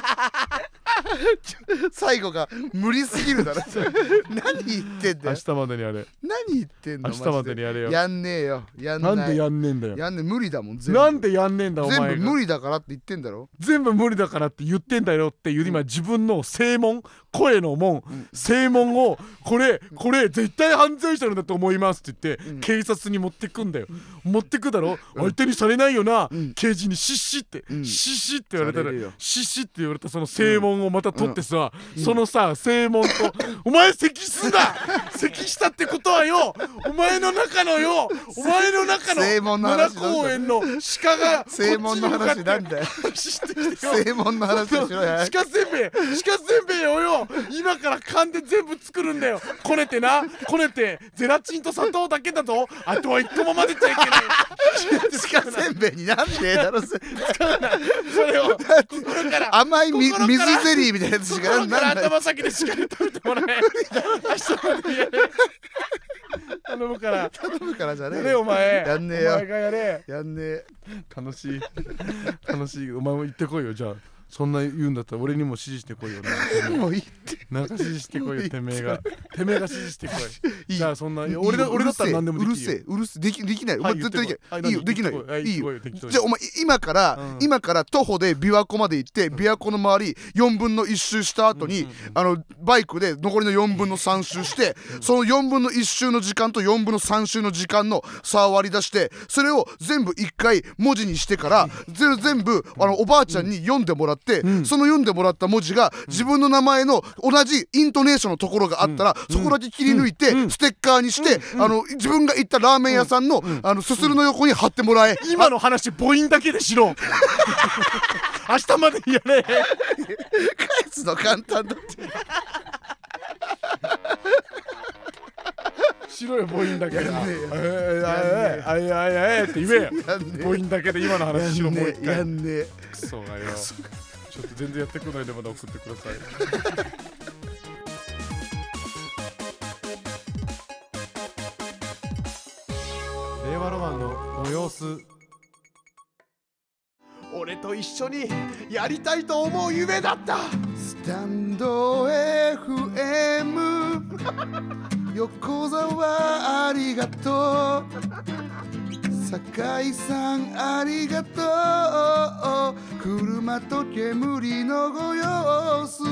[SPEAKER 2] 最後が無理すぎるだろ。何言ってんだよ。
[SPEAKER 1] 明日までにやれ。
[SPEAKER 2] 何言ってんの。
[SPEAKER 1] 明日までにやれよ。
[SPEAKER 2] やんねえよ。やんない。
[SPEAKER 1] なんでやんねえんだよ。
[SPEAKER 2] やんねえ無理だもん。全部
[SPEAKER 1] なんでやんねえんだお前が。
[SPEAKER 2] 全部無理だからって言ってんだろ。
[SPEAKER 1] 全部無理だからって言ってんだよっていう今自分の正門声の門、うん、正門をこれこれ絶対犯罪者なんだと思いますって言って、うん、警察に持ってくんだよ。持ってくだろ。うん、相手にされないよな、うん、刑事にシッシって、うん、シッシって言われたらシッシって言われたその正門をまた取ってさ、うん、そのさ正門とお前咳すんだ咳したってことはよお前の中のよお前の中の奈良公園の鹿が
[SPEAKER 2] 正門の話なんだよ。正門の話しろや。
[SPEAKER 1] 鹿せんべい鹿せんべいをよ今から勘で全部作るんだよ。こねてなこねてゼラチンと砂糖だけだぞ。あとは一個も混ぜちゃいけない。
[SPEAKER 2] 鹿せんべいになんでだろそ
[SPEAKER 1] れを心から
[SPEAKER 2] 甘い水ゼリーみたいなやつしか
[SPEAKER 1] 心から頭先でしっかり食べてもらえ。明日までやれ。頼むから
[SPEAKER 2] 頼むからじゃねえ
[SPEAKER 1] よ。お前お
[SPEAKER 2] やんねえよ。
[SPEAKER 1] 前がやれ。
[SPEAKER 2] やんねえ。
[SPEAKER 1] 楽しい楽しい。お前も行ってこいよじゃあ。 そんな言うんだったら俺にも指示してこいよ
[SPEAKER 2] もういいって
[SPEAKER 1] なんか指示してこいよてめえがてめえが指示してこいじゃあそんな俺だ俺だったら何でもできるよ
[SPEAKER 2] うるせえうるせえできできない、
[SPEAKER 1] はい、
[SPEAKER 2] 絶対できない、いいよできないよ、いいよ。じゃあお前今から、うん、今から徒歩で琵琶湖まで行って琵琶湖の周りよんぶんのいち周した後に、うんうんうん、あのバイクで残りのよんぶんのさん周してそのよんぶんのいち周の時間とよんぶんのさん周の時間の差を割り出してそれを全部いっかい文字にしてから全部あのおばあちゃんに読んでもらって、うん、その読んでもらった文字が自分の名前の同じイントネーションのところがあったら、うん、そこだけ切り抜いて、うん、ステッカーにして、うん、あの自分が行ったラーメン屋さんの、うん、あのすするの横に貼ってもらえ。
[SPEAKER 1] 今の話母音だけでしろ明日までやれ返
[SPEAKER 2] すの簡単だって
[SPEAKER 1] しろよ母音だけであえあえあえあえって言えよ母音だけで今の話しろもう一回
[SPEAKER 2] やんねえ
[SPEAKER 1] クソがよちょっと全然やってくんないでまだ送ってください令和ロマンのご様子俺と一緒にやりたいと思う夢だった
[SPEAKER 2] スタンド エフエム 横澤ありがとう酒井さんありがとう車と煙のご様子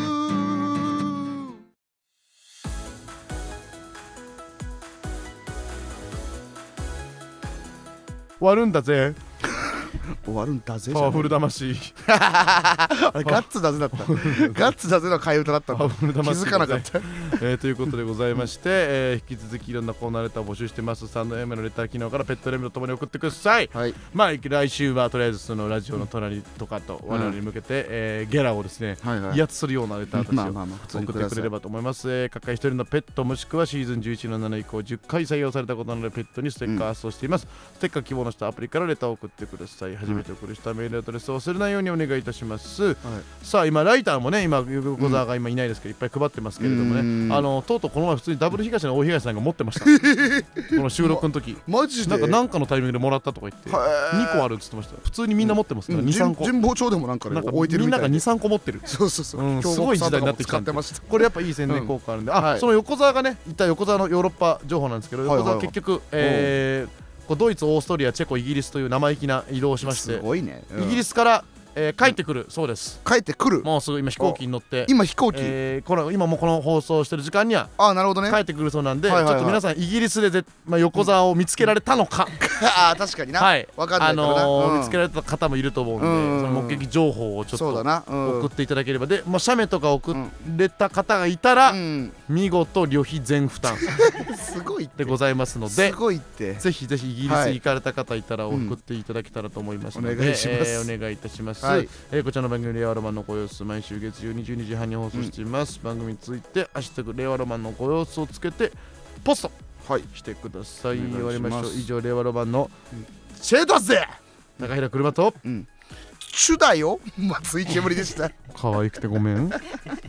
[SPEAKER 1] 終わるんだぜ
[SPEAKER 2] 終わるんだぜ
[SPEAKER 1] パワフル魂
[SPEAKER 2] あれガッツだぜだったガッツだぜの替え歌だったんだ気づかなかった、
[SPEAKER 1] えー、ということでございまして、えー、引き続きいろんなコーナーレターを募集してますスタンド エム のレター機能からペットレムとともに送ってください、はい、まあ来週はとりあえずそのラジオの隣とかと我々に向けて、うんえー、ゲラをですね、はいはい、威圧するようなレターたちを送ってくれればと思います、えー、各回一人のペットもしくはシーズンじゅういちのなな以降じゅっかい採用されたことのあるペットにステッカー発送しています、うん、ステッカー希望の人アプリからレターを送ってください初めて送る人はメールアドレスを忘れないようにお願いいたします、はい、さあ今ライターもね今横澤が今いないですけど、うん、いっぱい配ってますけれどもねあのとうとうこの前普通にダブル東の大東さんが持ってましたこの収録の時
[SPEAKER 2] マジで
[SPEAKER 1] なんか何かのタイミングでもらったとか言ってにこあるっつってました普通にみんな持ってますから、うん、にさんこ
[SPEAKER 2] 神保町でもなんかね置いてるみたいで
[SPEAKER 1] みんながにさんこ持ってる
[SPEAKER 2] そうそうそう、
[SPEAKER 1] うん、すごい時代になってきたんでこれやっぱいい宣伝効果あるんで、うん、あ、はい、その横澤がねいた横澤のヨーロッパ情報なんですけど、はいはいはい、横澤結局、えー、こうドイツオーストリアチェコイギリスという生意気な移動をしまして
[SPEAKER 2] すごいね、うん、
[SPEAKER 1] イギリスからえー、帰ってくるそうです
[SPEAKER 2] 帰ってくる
[SPEAKER 1] もうすぐ今飛行機に乗って
[SPEAKER 2] 今飛行機、
[SPEAKER 1] えー、この今もこの放送してる時間には
[SPEAKER 2] あなるほどね
[SPEAKER 1] 帰ってくるそうなんで、はいはいはい、ちょっと皆さんイギリスでぜ、まあ、横澤を見つけられたのか、
[SPEAKER 2] うん、あ確かにな、はい、分かんないからな、
[SPEAKER 1] あのー
[SPEAKER 2] うん、
[SPEAKER 1] 見つけられた方もいると思うんで、うん、その目撃情報をちょっと送っていただければで、まあ、写メとか送れた方がいたら、うん、見事旅費全負担
[SPEAKER 2] すごい
[SPEAKER 1] でございますのです
[SPEAKER 2] ごいって
[SPEAKER 1] ぜひぜひイギリス行かれた方いたら送っていただけたらと思いますので、うん、お願いします、えー、お願いいたします、はいえー、こちらの番組令和ロマンのご様子毎週月曜にじゅうにじはんに放送しています、うん、番組についてハッシュタグ令和ロマンのご様子をつけてポスト、はい、してください。終わりましょう。以上令和ロマンの、うん、チェートぜ高平車と、
[SPEAKER 2] うん、チュだよ松井けむりでした
[SPEAKER 1] 可愛くてごめん